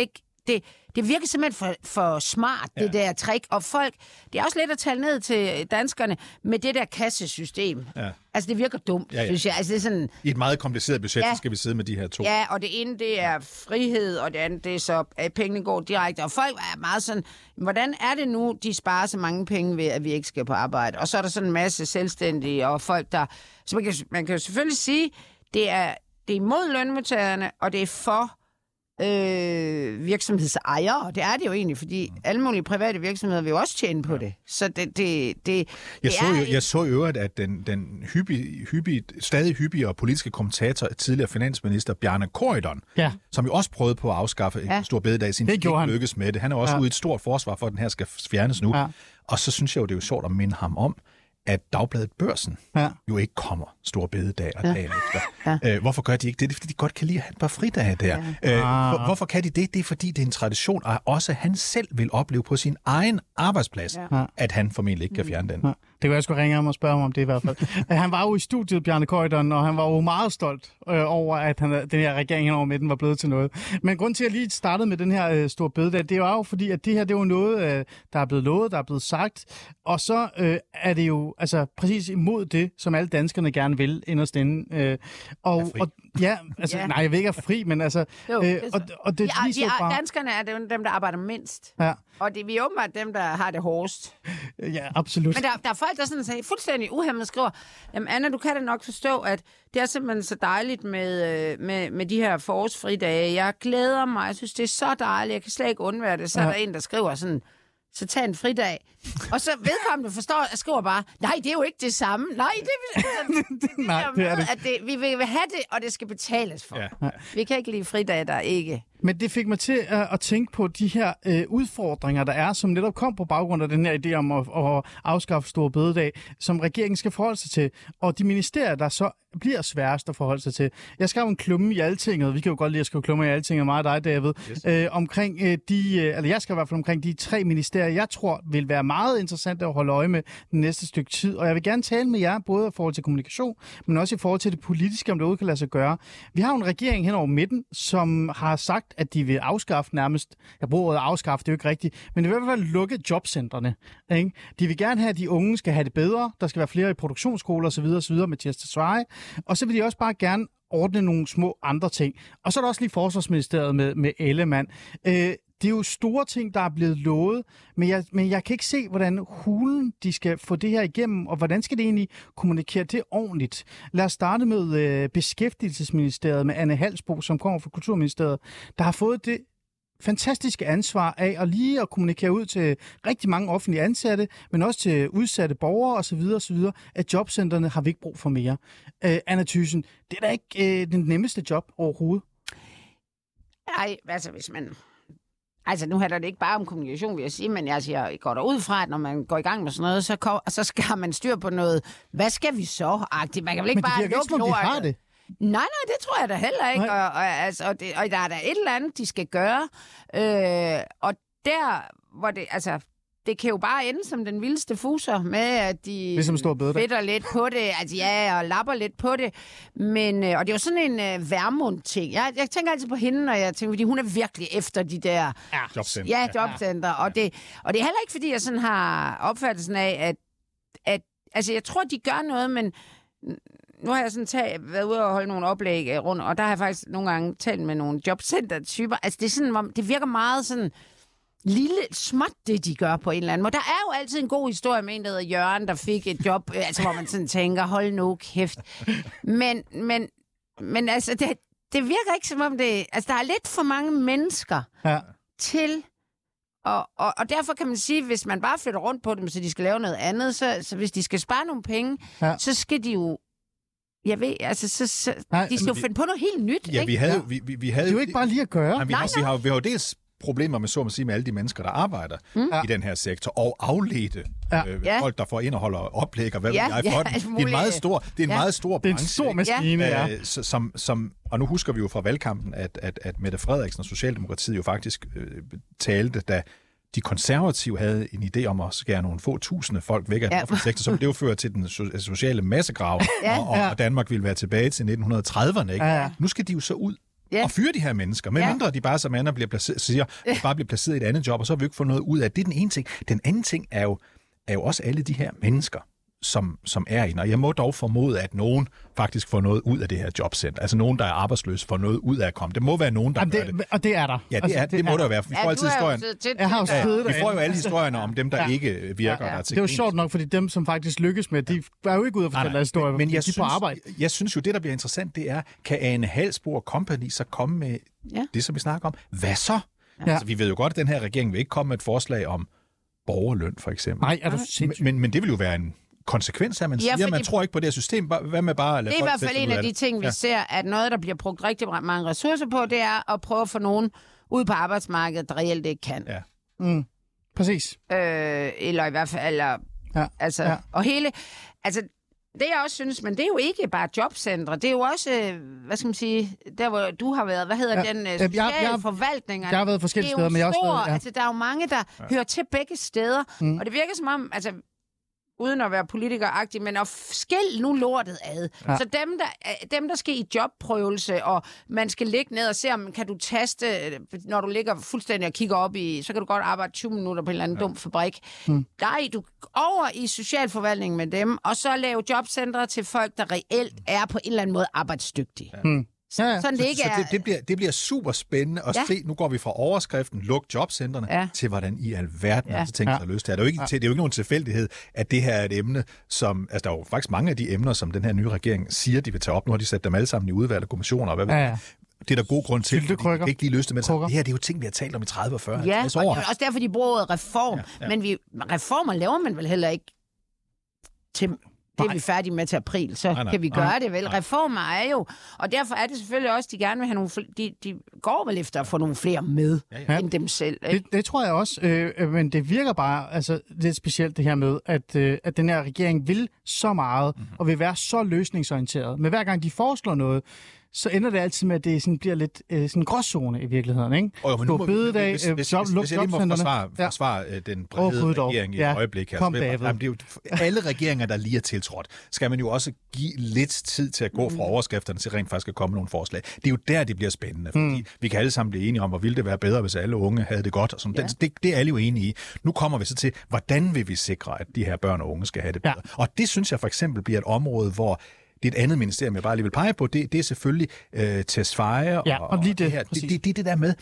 det, det virker simpelthen for, for smart, det ja. der trick. Og folk, det er også lidt at tale ned til danskerne med det der kassesystem. Ja. Altså, det virker dumt, ja, ja. synes jeg. Altså, det er sådan, i et meget kompliceret budget, ja. så skal vi sidde med de her to. Ja, og det ene, det er frihed, og det andet, det er så, at pengene går direkte. Og folk er meget sådan, hvordan er det nu, de sparer så mange penge ved, at vi ikke skal på arbejde? Og så er der sådan en masse selvstændige og folk, der... Så man kan, man kan jo selvfølgelig sige, det er, det er imod lønmodtagerne, og det er for øh, virksomhedsejere. Det er det jo egentlig, fordi alle mulige private virksomheder vil jo også tjene på det. Så det, det, det, jeg, det så, er... jo, jeg så i øvrigt, at den, den hyppig, hyppig, stadig hyppigere politiske kommentator, tidligere finansminister Bjarne Corydon, ja. som jo også prøvede på at afskaffe ja. en stor bededag, sin ikke lykkes med det. Han er også ja. ude i et stort forsvar for, at den her skal fjernes nu. Ja. Og så synes jeg jo, det er jo sjovt at minde ham om, at Dagbladet Børsen ja. jo ikke kommer stor bededag og ja. dagen efter. Ja. Øh, hvorfor gør de ikke det? Det er, fordi de godt kan lide at have et par fridage der. Ja. Øh, hvor, hvorfor kan de det? Det er, fordi det er en tradition, og også han selv vil opleve på sin egen arbejdsplads, ja. at han formentlig ikke kan fjerne den. Ja. Det kunne jeg sgu ringe ham og spørge ham om det i hvert fald. Han var jo i studiet, Bjarne Corydon, og han var jo meget stolt øh, over, at han, den her regering henover midten var blevet til noget. Men grund til, at jeg lige startede med den her øh, store bededag, det var jo fordi, at det her, det var noget, øh, der er blevet lovet, der er blevet sagt, og så øh, er det jo altså præcis imod det, som alle danskerne gerne vil inderst inde. Øh, og, og ja, altså, ja. nej, jeg vil ikke være fri, men altså... Jo, øh, og, og det ja, de er, bare... Danskerne er dem, der arbejder mindst. Ja. Og det, vi er åbenbart dem, der har det hårdest. Ja, absolut. Men der, der er folk, der sådan siger, fuldstændig uhæmmet skriver, jamen Anna, du kan da nok forstå, at det er simpelthen så dejligt med, med, med de her forårsfridage. Jeg glæder mig, jeg synes, det er så dejligt, jeg kan slet ikke undvære det. Så ja. er der en, der skriver sådan, så tag en fridag. Og så vedkommende forstår, jeg skriver bare, nej, det er jo ikke det samme. Nej, det er det, det, det, nej, det er det. At det, vi vil have det, og det skal betales for. Ja. Vi kan ikke lide fridage, der ikke... Men det fik mig til at, at tænke på de her øh, udfordringer, der er, som netop kom på baggrund af den her idé om at, at afskaffe store bededag, som regeringen skal forholde sig til, og de ministerier, der så bliver sværest at forholde sig til. Jeg skrev en klumme i Altinget, vi kan jo godt lide at skrive klummer i Altinget, mig og dig, David, yes. øh, omkring øh, de, øh, eller jeg skal i hvert fald omkring de tre ministerier, jeg tror vil være meget interessant at holde øje med den næste stykke tid, og jeg vil gerne tale med jer, både i forhold til kommunikation, men også i forhold til det politiske, om det overhovedet kan lade sig gøre. Vi har jo en regering hen over midten, som har sagt, at de vil afskaffe nærmest, jeg bruger ordet afskaffe, det er jo ikke rigtigt, men i hvert fald lukke jobcentrene. Ikke? De vil gerne have, at de unge skal have det bedre, der skal være flere i produktionsskoler osv. osv. Mathias Tesfaye, og så vil de også bare gerne ordne nogle små andre ting. Og så er der også lige Forsvarsministeriet med, med Ellemann. Øh, Det er jo store ting, der er blevet lovet, men jeg, men jeg kan ikke se, hvordan hulen de skal få det her igennem, og hvordan skal det egentlig kommunikere det ordentligt. Lad os starte med øh, Beskæftigelsesministeriet med Anne Halsbo, som kommer fra Kulturministeriet, der har fået det fantastiske ansvar af at lige at kommunikere ud til rigtig mange offentlige ansatte, men også til udsatte borgere osv. osv., at jobcentrene har vi ikke brug for mere. Øh, Anna Thyssen, det er da ikke øh, den nemmeste job overhovedet. Nej, altså hvis man... Altså, nu handler det ikke bare om kommunikation, vil jeg sige, men jeg siger, jeg går derud fra, at når man går i gang med sådan noget, så, kom, så skal man styr på noget. Hvad skal vi så? Agtigt? Man kan vel ikke men bare lukke lortet? Men det virker ikke, som de har Nej, det. nej, det tror jeg da heller ikke. Og, og, altså, og, det, og der er der et eller andet, de skal gøre. Øh, og der, hvor det, altså... Det kan jo bare ende som den vildeste fuser med, at de fedter lidt på det, altså ja, og lapper lidt på det. Men, og det er jo sådan en uh, Vermund-ting. Jeg, jeg tænker altid på hende, når jeg tænker, fordi hun er virkelig efter de der ja, jobcenter. Ja, jobcenter. Ja. Og, det, og det er heller ikke, fordi jeg sådan har opfattelsen af, at, at altså jeg tror, de gør noget, men nu har jeg sådan tag, været ude og holde nogle oplæg rundt, og der har jeg faktisk nogle gange talt med nogle jobcenter-typer. Altså det er sådan, det virker meget sådan... lille småt, det de gør på en eller anden måde. Der er jo altid en god historie med en, der hedder Jørgen, der fik et job, altså hvor man sådan tænker, hold nu kæft. Men, men, men altså, det, det virker ikke som om det... Altså, der er lidt for mange mennesker ja. til... Og, og, og derfor kan man sige, hvis man bare flytter rundt på dem, så de skal lave noget andet, så, så hvis de skal spare nogle penge, ja. så skal de jo... Jeg ved, altså, så, så, Nej, de skal jo finde på noget helt nyt, ja, ikke? Vi havde, ja. vi, vi, vi havde, det er jo ikke bare lige at gøre. Nej, vi, nej, har, nej. Vi, har, vi har jo dels problemer med, så at sige, med alle de mennesker, der arbejder mm. i den her sektor, og afledte ja. øh, ja. folk, der får ind og holder oplæg, og hvad ja, ved jeg for ja, den. Det er en meget stor, det er en ja. meget stor branche. Det er en stor maskine, ja. Øh, som, som, og nu husker vi jo fra valgkampen, at, at, at Mette Frederiksen og Socialdemokratiet jo faktisk øh, talte, da de konservative havde en idé om at skære nogle få tusinde folk væk af ja. den offentlige sektor, så ville det jo føre til den so- sociale massegrav, ja. og, og, og Danmark ville være tilbage til nitten trediverne. Ikke? Ja, ja. Nu skal de jo så ud ja. at fyre de her mennesker, medmindre ja. de bare som andre bliver placeret, siger, ja. bare bliver placeret i et andet job, og så har vi ikke fået noget ud af. Det er den ene ting. Den anden ting er jo, er jo også alle de her mennesker, som, som er inde. Og jeg må dog formode, at nogen faktisk får noget ud af det her jobcenter. Altså nogen, der er arbejdsløse, får noget ud af at komme. Det må være nogen, der Jamen, det, gør det. Og det er der. Ja, det, er, det, det må der jo være. Vi får ja, altid historien. Jeg har jo siddet ja, vi får jo alle historierne om dem, der ja. ikke virker. Ja, ja. Der det er jo sjovt nok, fordi dem, som faktisk lykkes med, de er jo ikke ude at fortælle deres historier, men, men jeg de synes, på arbejde. Jeg synes jo, det, der bliver interessant, det er, kan Ane Halsboe Company så komme med ja. det, som vi snakker om? Hvad så? Ja. Altså, vi ved jo godt, at den her regering vil ikke komme med et forslag om borgerløn, for eksempel. Nej, er du sindssygt? Men, men det vil jo være en konsekvens af, at man ja, siger, man tror ikke på det her system. Hvad med bare at lade det er folk i hvert fald en af de ting, vi ja. ser, at noget, der bliver brugt rigtig mange ressourcer på, det er at prøve at få nogen ud på arbejdsmarkedet, der reelt ikke kan. Ja. Mm. Præcis. Øh, eller i hvert fald, eller, ja. altså, ja. og hele, altså, det jeg også synes, men det er jo ikke bare jobcentre, det er jo også, hvad skal man sige, der hvor du har været, hvad hedder ja. den, sociale jeg, jeg, forvaltning? Jeg har været forskellige steder, men jeg har også været, ja. altså, der er jo mange, der ja. hører til begge steder, mm. og det virker som om, altså, uden at være politikeragtig, men at skille nu lortet ad. Ja. Så dem der, dem, der skal i jobprøvelse, og man skal ligge ned og se, om kan du taste, når du ligger fuldstændig og kigger op i, så kan du godt arbejde tyve minutter på en eller anden ja. dum fabrik. Hmm. Nej, du over i socialforvaltningen med dem, og så lave jobcentre til folk, der reelt er på en eller anden måde arbejdsdygtige. Ja. Hmm. Ja, ja. Så, det, så det, det, bliver, det bliver super spændende at ja. se. Nu går vi fra overskriften, luk jobcentrene, ja. til hvordan i alverden ja. har tænkt sig ja. lyst til. Det er jo ikke, ja. det er jo ikke nogen tilfældighed, at det her er et emne, som... Altså, der er jo faktisk mange af de emner, som den her nye regering siger, de vil tage op. Nu har de sat dem alle sammen i udvalg og kommissioner. Og hvad ja, ja. Det er der god grund til, fordi de kan ikke lige løse det med. Det her det er jo ting, vi har talt om i tredive og fyrre ja, halvtreds år. Ja, og det er også derfor, de bruger reform. Ja, ja. Men vi, reformer laver man vel heller ikke til... Det er vi færdige med til april, så nej, nej, kan vi gøre nej, det vel. Nej. Reformer er jo, og derfor er det selvfølgelig også, de gerne vil have nogle flere, de, de går vel efter at få nogle flere med, ja, ja. end dem selv. Det, det tror jeg også, øh, men det virker bare, altså det er specielt det her med, at, øh, at den her regering vil så meget, mm-hmm. og vil være så løsningsorienteret. Men hver gang de foreslår noget, så ender det altid med, at det sådan bliver lidt øh, sådan en gråzone i virkeligheden, ikke? Og, men nu må vi, hvis, hvis, hvis, job, hvis jeg lige må forsvare, forsvare ja. den brede oh, regering i ja. et øjeblik her. Kom, så, jamen, det er jo, alle regeringer, der lige er tiltrådt, skal man jo også give lidt tid til at gå fra overskrifterne til rent faktisk at komme nogle forslag. Det er jo der, det bliver spændende, fordi mm. vi kan alle sammen blive enige om, hvor ville det være bedre, hvis alle unge havde det godt. Og sådan. Ja. Det, det er alle jo enige i. Nu kommer vi så til, hvordan vil vi sikre, at de her børn og unge skal have det bedre? Ja. Og det synes jeg for eksempel bliver et område, hvor det er et andet ministerium, jeg bare lige vil pege på. Det, det er selvfølgelig øh, Tesfaye og, ja, og, lige det, og det her. Det, det, det, det der med,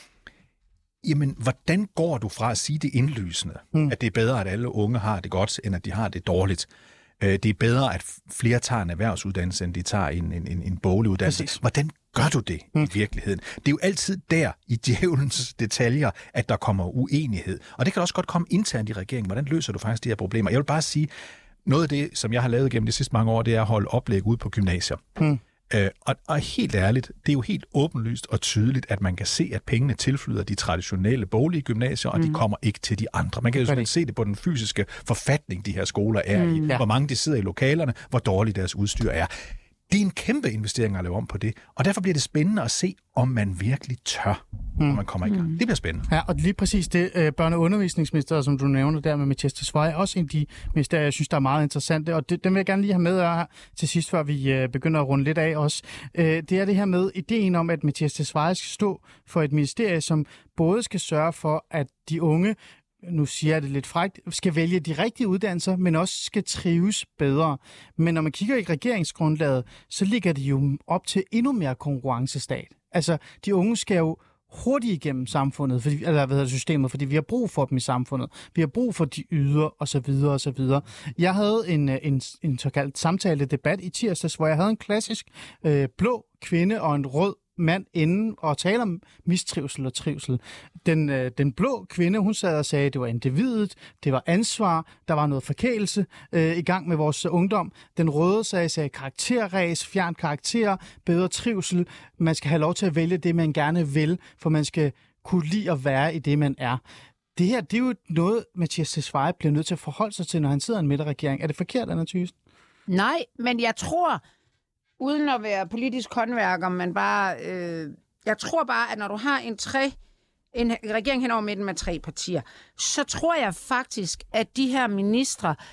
jamen, hvordan går du fra at sige det indlysende, mm. at det er bedre, at alle unge har det godt, end at de har det dårligt? Øh, det er bedre, at flere tager en erhvervsuddannelse, end de tager en, en, en, en boglig uddannelse. Præcis. Hvordan gør du det mm. i virkeligheden? Det er jo altid der, i djævelens detaljer, at der kommer uenighed. Og det kan også godt komme internt i regeringen. Hvordan løser du faktisk de her problemer? Jeg vil bare sige, noget af det, som jeg har lavet gennem de sidste mange år, det er at holde oplæg ude på gymnasier. Hmm. Øh, og, og helt ærligt, det er jo helt åbenlyst og tydeligt, at man kan se, at pengene tilflyder de traditionelle boglige gymnasier, og hmm. de kommer ikke til de andre. Man kan jo simpelthen se det på den fysiske forfatning, de her skoler er hmm. i. Ja. Hvor mange de sidder i lokalerne, hvor dårligt deres udstyr er. Det er en kæmpe investering at lave om på det, og derfor bliver det spændende at se, om man virkelig tør, når man kommer i gang. Det bliver spændende. Ja, og lige præcis det øh, børne- og undervisningsministeriet, som du nævner der med Mattias Tesfaye, er også en af de ministerier, jeg synes, der er meget interessante, og det, dem vil jeg gerne lige have med her til sidst, før vi øh, begynder at runde lidt af også. Øh, det er det her med ideen om, at Mattias Tesfaye skal stå for et ministerie, som både skal sørge for, at de unge, nu siger jeg det lidt frækt, skal vælge de rigtige uddannelser, men også skal trives bedre. Men når man kigger i regeringsgrundlaget, så ligger det jo op til endnu mere konkurrencestat. Altså, de unge skal jo hurtigt igennem samfundet, fordi, eller hvad hedder systemet, fordi vi har brug for dem i samfundet. Vi har brug for de yder, og så videre, og så videre. Jeg havde en, en, en såkaldt samtale debat i tirsdags, hvor jeg havde en klassisk øh, blå kvinde og en rød mand inden og tale om mistrivsel og trivsel. Den, øh, den blå kvinde, hun sad og sagde, at det var individet, det var ansvar, der var noget forkælelse øh, i gang med vores ungdom. Den røde sagde, sagde karakterræs, fjern karakterer, bedre trivsel. Man skal have lov til at vælge det, man gerne vil, for man skal kunne lide at være i det, man er. Det her, det er jo noget, Mattias Tesfaye bliver nødt til at forholde sig til, når han sidder i en midterregering. Er det forkert, Anna Thyssen? Nej, men jeg tror, uden at være politisk håndværker, men bare, øh, jeg tror bare, at når du har en, tre, en regering henover midten med tre partier, så tror jeg faktisk, at de her ministre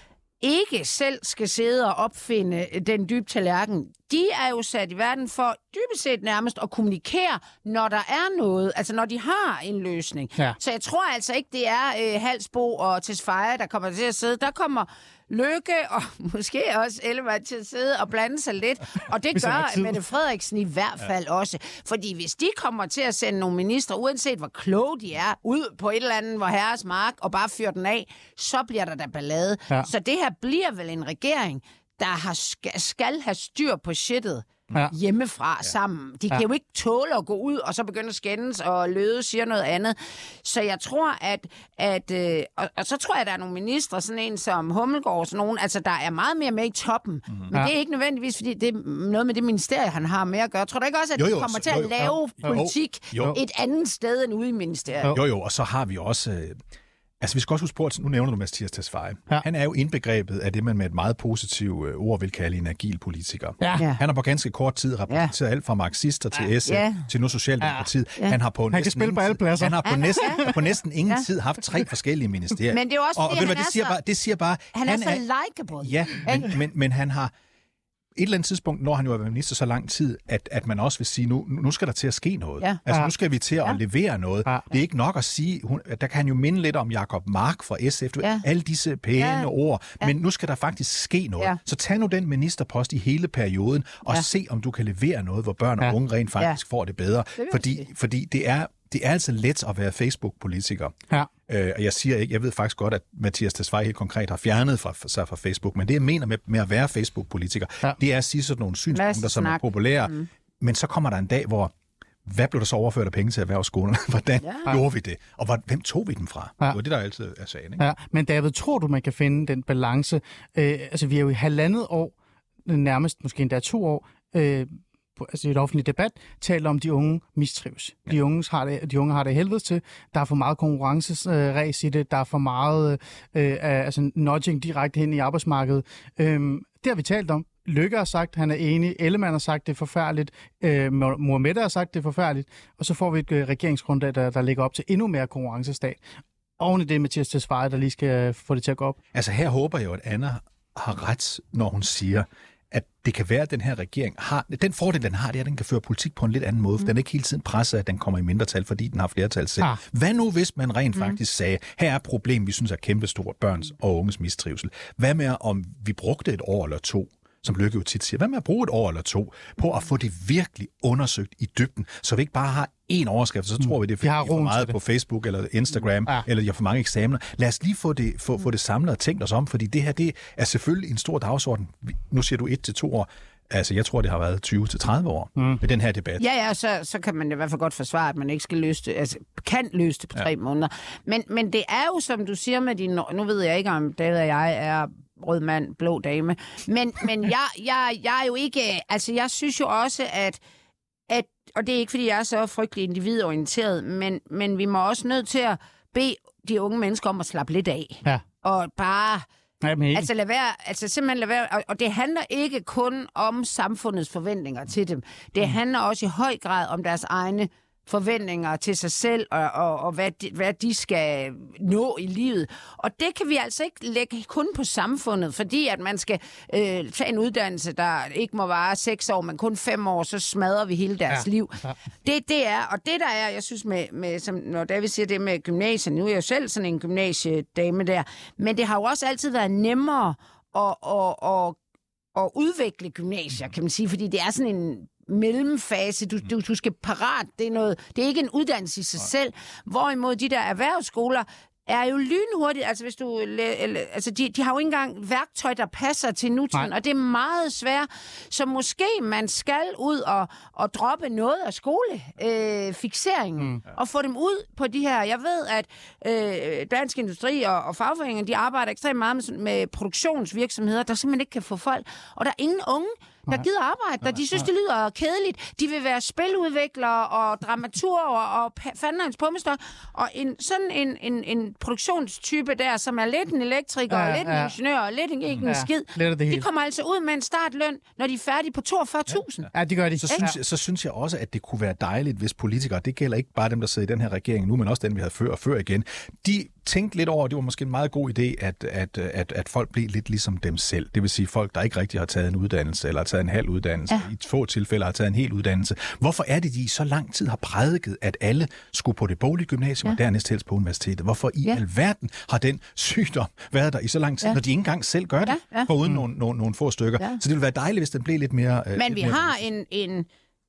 ikke selv skal sidde og opfinde den dybe tallerken. De er jo sat i verden for dybest set nærmest at kommunikere, når der er noget, altså når de har en løsning. Ja. Så jeg tror altså ikke, det er øh, Halsbo og Tesfaye, der kommer til at sidde. Der kommer Løkke og måske også Ellemann til at sidde og blande sig lidt. Og det gør Mette Frederiksen i hvert fald ja. også. Fordi hvis de kommer til at sende nogle ministre, uanset hvor kloge de er, ud på et eller andet hvor herres mark og bare fyre den af, så bliver der da ballade. Ja. Så det her bliver vel en regering, der har, skal have styr på shittet. Ja. Hjemmefra ja. sammen. De kan ja. jo ikke tåle at gå ud og så begynde at skændes, og Løde siger noget andet. Så jeg tror, at... at øh, og, og så tror jeg, at der er nogle ministre, sådan en som Hummelgaard, sådan nogen, altså der er meget mere med i toppen. Mm-hmm. Men ja. det er ikke nødvendigvis, fordi det er noget med det ministerie, han har med at gøre. Tror du ikke også, at jo, jo, de kommer til at jo, jo, lave jo, politik jo. et andet sted end ude i ministeriet? Jo, jo, og så har vi også... Øh... Altså, vi skal også huske på, at nu nævner du Mattias Tesfaye. Ja. Han er jo indbegrebet af det, man med et meget positivt øh, ord vil kalde en agil politiker. Ja. Han har på ganske kort tid repræsenteret ja. alt fra marxister til ja. S F, ja. til nu Socialdemokratiet. Ja. Han har på han næsten kan spille på alle pladser. Han har på næsten, ja. på næsten ingen ja. tid haft tre forskellige ministerier. Men det er også og, fordi, og, han det, siger så, bare, det siger bare... Han, han er så likeable. Ja, men, men, men han har... Et eller andet tidspunkt, når han jo har været minister så lang tid, at, at man også vil sige, nu, nu skal der til at ske noget. Ja. Altså, nu skal vi til at ja. levere noget. Ja. Det er ikke nok at sige, hun, der kan han jo minde lidt om Jacob Mark fra S F, ja. alle disse pæne ja. ord, ja. men nu skal der faktisk ske noget. Ja. Så tag nu den ministerpost i hele perioden, og ja. se, om du kan levere noget, hvor børn og ja. unge rent faktisk ja. får det bedre. Det fordi, fordi det er... Det er altså let at være Facebook-politiker. Ja. Øh, og jeg siger ikke, jeg ved faktisk godt, at Mattias Tesfaye helt konkret har fjernet fra, sig fra Facebook, men det, jeg mener med, med at være Facebook-politiker, ja. det er at sige sådan nogle synspunkter, som er populære. Mm. Men så kommer der en dag, hvor, hvad blev der så overført af penge til erhvervsskolerne? Hvordan ja. gjorde vi det? Og hvor, hvem tog vi dem fra? Ja. Det var det, der altid er sagen. Ikke? Ja. Men David, tror du, man kan finde den balance? Øh, altså, vi er jo i halvandet år, nærmest måske endda to år, øh, altså i et offentligt debat, taler om, de unge mistrives. Ja. De, unge har det, de unge har det helvede til. Der er for meget konkurrenceræs i det. Der er for meget øh, altså nudging direkte hen i arbejdsmarkedet. Øhm, det har vi talt om. Løkke har sagt, han er enig. Ellemann har sagt, det er forfærdeligt. Øh, Mohamed har sagt, det er forfærdeligt. Og så får vi et øh, regeringsgrundlag, der, der ligger op til endnu mere konkurrencestat. Oven i det Mattias Tesfaye, der lige skal få det til at gå op. Altså her håber jeg jo, at Anna har ret, når hun siger, at det kan være, at den her regering har... Den fordel, den har, det er, at den kan føre politik på en lidt anden måde. Mm. Den er ikke hele tiden presset, at den kommer i mindretal, fordi den har flertal selv. Ah. Hvad nu, hvis man rent mm. faktisk sagde, her er et problem, vi synes er kæmpestort, børns og unges mistrivsel. Hvad med, om vi brugte et år eller to, som Løkke jo tit siger, hvad med at bruge et år eller to på at få det virkelig undersøgt i dybden, så vi ikke bare har én overskrift, så tror vi, det er, fordi de er for meget på Facebook eller Instagram, ja. eller de har for mange eksamener. Lad os lige få det, få, få det samlet og tænkt os om, fordi det her, det er selvfølgelig en stor dagsorden. Nu siger du et til to år. Altså, jeg tror, det har været tyve til tredive år mm. med den her debat. Ja, ja, så, så kan man i hvert fald godt forsvare, at man ikke skal løse det, altså kan løse det på ja. tre måneder. Men, men det er jo, som du siger med dine... Nu ved jeg ikke, om David og jeg er rød mand, blå dame. Men, men jeg, jeg, jeg er jo ikke... Altså, jeg synes jo også, at... at og det er ikke, fordi jeg er så frygtelig individorienteret, men, men vi må også nødt til at bede de unge mennesker om at slappe lidt af. Ja. Og bare... Nej, altså, lad være, altså simpelthen lad være, og, og det handler ikke kun om samfundets forventninger til dem. Det handler også i høj grad om deres egne forventninger til sig selv, og, og, og hvad, de, hvad de skal nå i livet. Og det kan vi altså ikke lægge kun på samfundet, fordi at man skal øh, tage en uddannelse, der ikke må vare seks år, men kun fem år, så smadrer vi hele deres ja. liv. Ja. Det, det er, og det der er, jeg synes, med, med, som, når David siger det med gymnasiet, nu er jeg jo selv sådan en gymnasiedame der, men det har jo også altid været nemmere at, at, at, at udvikle gymnasier, kan man sige, fordi det er sådan en mellemfase, du, du, du skal parat, det er, noget, det er ikke en uddannelse i sig selv, hvorimod de der erhvervsskoler er jo lynhurtigt, altså hvis du, altså de, de har jo ikke engang værktøj, der passer til nutiden, Nej. og det er meget svært, så måske man skal ud og, og droppe noget af skolefixeringen, øh, mm. og få dem ud på de her, jeg ved, at øh, Dansk Industri og, og fagforeningen, de arbejder ekstremt meget med, med produktionsvirksomheder, der simpelthen ikke kan få folk, og der er ingen unge, der gider arbejde, der de synes, det lyder kedeligt. De vil være spiludviklere og dramaturger og fandens pummestok. Og en, sådan en, en, en produktionstype der, som er lidt en elektriker, ja, lidt en ja. ingeniør og lidt en, ikke en ja, skid, de kommer altså ud med en startløn, når de er færdige på toogfyrre tusind. Ja, det gør de. Så synes, jeg, så synes jeg også, at det kunne være dejligt, hvis politikere, det gælder ikke bare dem, der sidder i den her regering nu, men også den, vi havde før og før igen, de tænke lidt over, det var måske en meget god idé, at, at, at, at folk blev lidt ligesom dem selv. Det vil sige folk, der ikke rigtig har taget en uddannelse, eller har taget en halv uddannelse, ja. i få tilfælde har taget en hel uddannelse. Hvorfor er det, de i så lang tid har prædiket, at alle skulle på det boglige gymnasium, ja. og dernæst helst på universitetet? Hvorfor i ja. alverden har den sygdom været der i så lang tid, ja. når de ikke engang selv gør det, ja. Ja. foruden mm. nogle, nogle, nogle få stykker? Ja. Så det ville være dejligt, hvis den blev lidt mere... Men lidt vi mere har en... en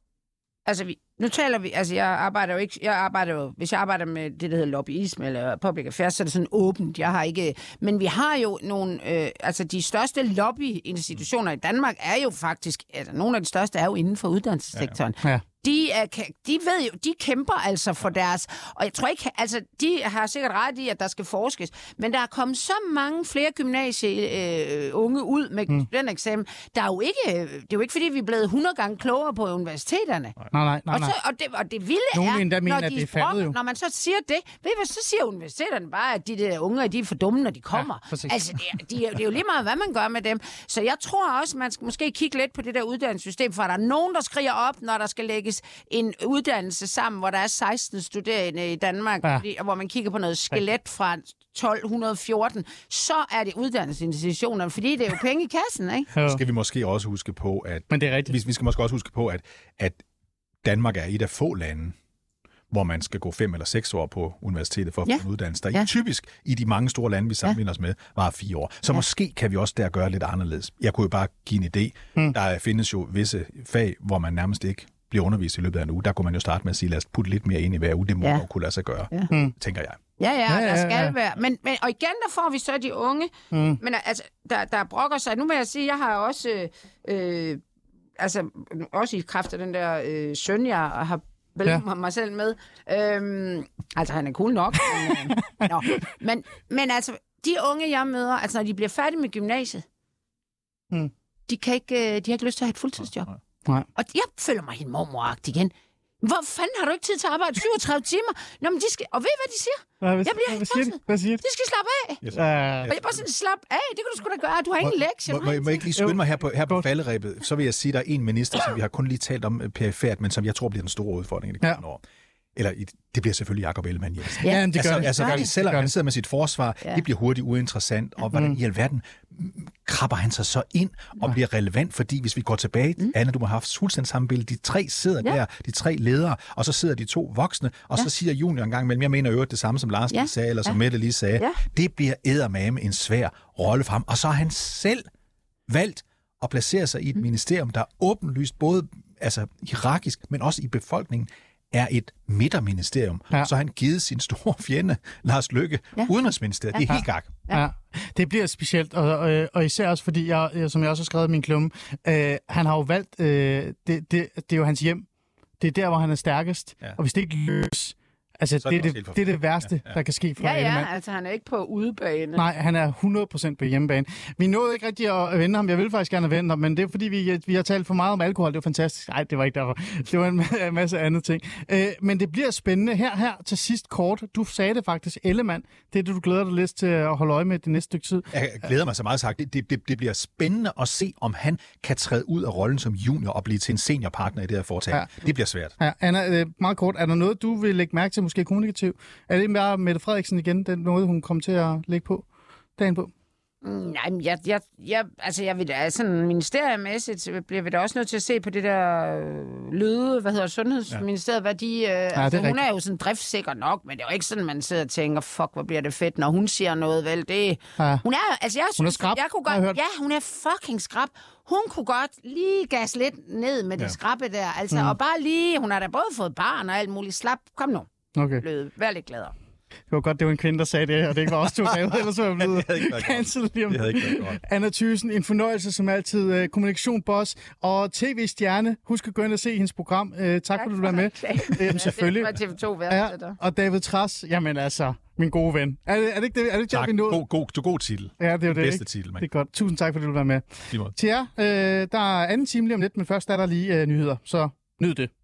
altså, vi, nu taler vi... Altså, jeg arbejder jo ikke... Jeg arbejder jo... Hvis jeg arbejder med det, der hedder lobbyisme eller public affairs, så er det sådan åbent. Jeg har ikke... Men vi har jo nogle... Øh, altså, de største lobbyinstitutioner i Danmark er jo faktisk... Altså, nogle af de største er jo inden for uddannelsessektoren. Ja, ja. De, er, de ved jo, de kæmper altså for deres, og jeg tror ikke, altså de har sikkert ret i, at der skal forskes, men der er kommet så mange flere gymnasie øh, unge ud med mm. den eksamen. Der er jo ikke, det er jo ikke fordi, vi er blevet hundrede gange klogere på universiteterne. Nej, nej, nej. Og, så, og, det, og det vilde Nogen er, mener, når, at de det er faldet, jo. når man så siger det, ved I hvad, så siger universiteterne bare, at de der unge, de er for dumme, når de kommer. Ja, altså, det er, de er, det er jo lige meget, hvad man gør med dem. Så jeg tror også, man skal måske kigge lidt på det der uddannelsessystem, for der er nogen, der skriger op, når der skal lægges en uddannelse sammen, hvor der er seksten studerende i Danmark, ja. fordi, hvor man kigger på noget skelet fra tolv fjorten, så er det uddannelsesinstitutionerne, fordi det er jo penge i kassen, ikke? Ja. Skal vi måske også huske på, at... Men det er rigtigt. Vi, vi skal måske også huske på, at, at Danmark er et af få lande, hvor man skal gå fem eller seks år på universitetet for at ja. få en uddannelse. Der er ja. typisk i de mange store lande, vi sammenligner os med, var fire år. Så ja. måske kan vi også der gøre lidt anderledes. Jeg kunne jo bare give en idé. Hmm. Der findes jo visse fag, hvor man nærmest ikke bliver undervist i løbet af en uge. Der kunne man jo starte med at sige, lad os putte lidt mere ind i hver uge. Det må ja. jo kunne lade sig gøre, ja. hmm. tænker jeg. Ja, ja, der skal ja, ja. være. Men, men, og igen, der får vi så de unge. Hmm. Men altså, der, der brokker sig. Nu vil jeg sige, jeg har også, øh, altså, også i kraft af den der øh, søn, jeg har ja. mig selv med. Øhm, altså, han er cool nok. men, øh, no. men, men altså, de unge, jeg møder, altså, når de bliver færdige med gymnasiet, hmm. de, kan ikke, de har ikke lyst til at have et fuldtidsjob. Nej. Og jeg føler mig helt mormoragtig igen. Hvor fanden har du ikke tid til at arbejde syvogtredive timer? Nå, men de skal... Og ved I, hvad de siger? Hvad, hvad, jeg bliver helt tosset. Hvad siger de? De skal slappe af. Yes. Uh, og jeg bare sådan, slap af. Det kan du sgu da gøre. Du har ingen lektier. Må, må, må jeg ikke lige skynde mig her på, her på falderæbet? Så vil jeg sige, at der er en minister, som vi har kun lige talt om perifært, men som jeg tror bliver den store udfordring i det kommende år. Eller det bliver selvfølgelig Jakob Ellemann-Jensen. Ja, det gør altså, det. Altså, det. De selv, han sidder med sit forsvar, ja. det bliver hurtigt uinteressant, og hvordan mm. i alverden krabber han sig så ind og bliver relevant, fordi hvis vi går tilbage, mm. Anna, du har haft fuldstændig samme billede, de tre sidder ja. der, de tre ledere, og så sidder de to voksne, og ja. så siger Junior en gang mellem, jeg mener øvrigt det samme, som Lars ja. lige sagde, eller som ja. Mette lige sagde, ja. det bliver eddermame en svær rolle for ham, og så har han selv valgt at placere sig i et mm. ministerium, der er åbenlyst både altså, hierarkisk, men også i befolkningen, er et midterministerium. Ja. Så har han givet sin store fjende, Lars Løkke, ja. udenrigsministeriet. Ja. Det er helt gak. Ja. ja, det bliver specielt, og, og, og især også fordi, jeg, som jeg også har skrevet i min klumme, øh, han har jo valgt, øh, det, det, det er jo hans hjem. Det er der, hvor han er stærkest, ja. og hvis det ikke lykkes, altså det, det, det, det er det værste, ja, ja. der kan ske for ja, en ja, mand. altså han er ikke på udebane. Nej, han er hundrede procent på hjemmebane. Vi nåede ikke rigtig at vende ham. Jeg vil faktisk gerne vende ham, men det er fordi, vi, vi har talt for meget om alkohol. Det var fantastisk. Nej, det var ikke derfor. Det var en masse andet ting. Øh, men det bliver spændende. Her, her til sidst kort. Du sagde det faktisk, Ellemann. Det er det, du glæder dig lidt til at holde øje med det næste stykke tid. Jeg glæder mig så meget sagt. Det, det, det, det bliver spændende at se, om han kan træde ud af rollen som junior og blive til en seniorpartner i det her foretagende. Ja. Det bliver svært. Ja, Anna, meget kort. Er der noget, du vil lægge mærke til, måske kommunikativt? Er det bare Mette Frederiksen igen, den måde, hun kom til at lægge på dagen på? Nej, men jeg, jeg, jeg, altså jeg vil da, sådan ministeriemæssigt bliver vi da også nødt til at se på det der øh, lyde, hvad hedder Sundhedsministeriet, ja. hvad de, øh, ja, altså, er hun er jo sådan driftsikker nok, men det er jo ikke sådan, man sidder og tænker, fuck, hvor bliver det fedt, når hun siger noget, vel, det, ja. hun er, altså jeg hun er synes, skrab, jeg kunne godt, ja, hun er fucking skrab, hun kunne godt lige gas lidt ned med ja. det skrabbe der, altså, mm. og bare lige, hun har da både fået barn og alt muligt, slap, kom nu, okay. Lød, vær lidt gladere. Det var godt, det var en kvinde, der sagde det, og det ikke var også to dage, ellers var jeg blevet cancelled lige om. Det havde ikke været godt. Anna Thyssen, en fornøjelse som altid, uh, kommunikationsboss og tv-stjerne. Husk at gå ind og se hendes program. Uh, tak, tak for, at du var med. Jamen, selvfølgelig. Det var T V to ja, og David Trads, jamen altså, min gode ven. Er det, er det ikke det, er det, tak, god, god, du god titel. Ja, det er det. Bedste ikke? titel, man. Det er godt. Tusind tak, fordi du var med. Til jer, uh, der er anden time lige om lidt, men først er der lige uh, nyheder, så nyd det.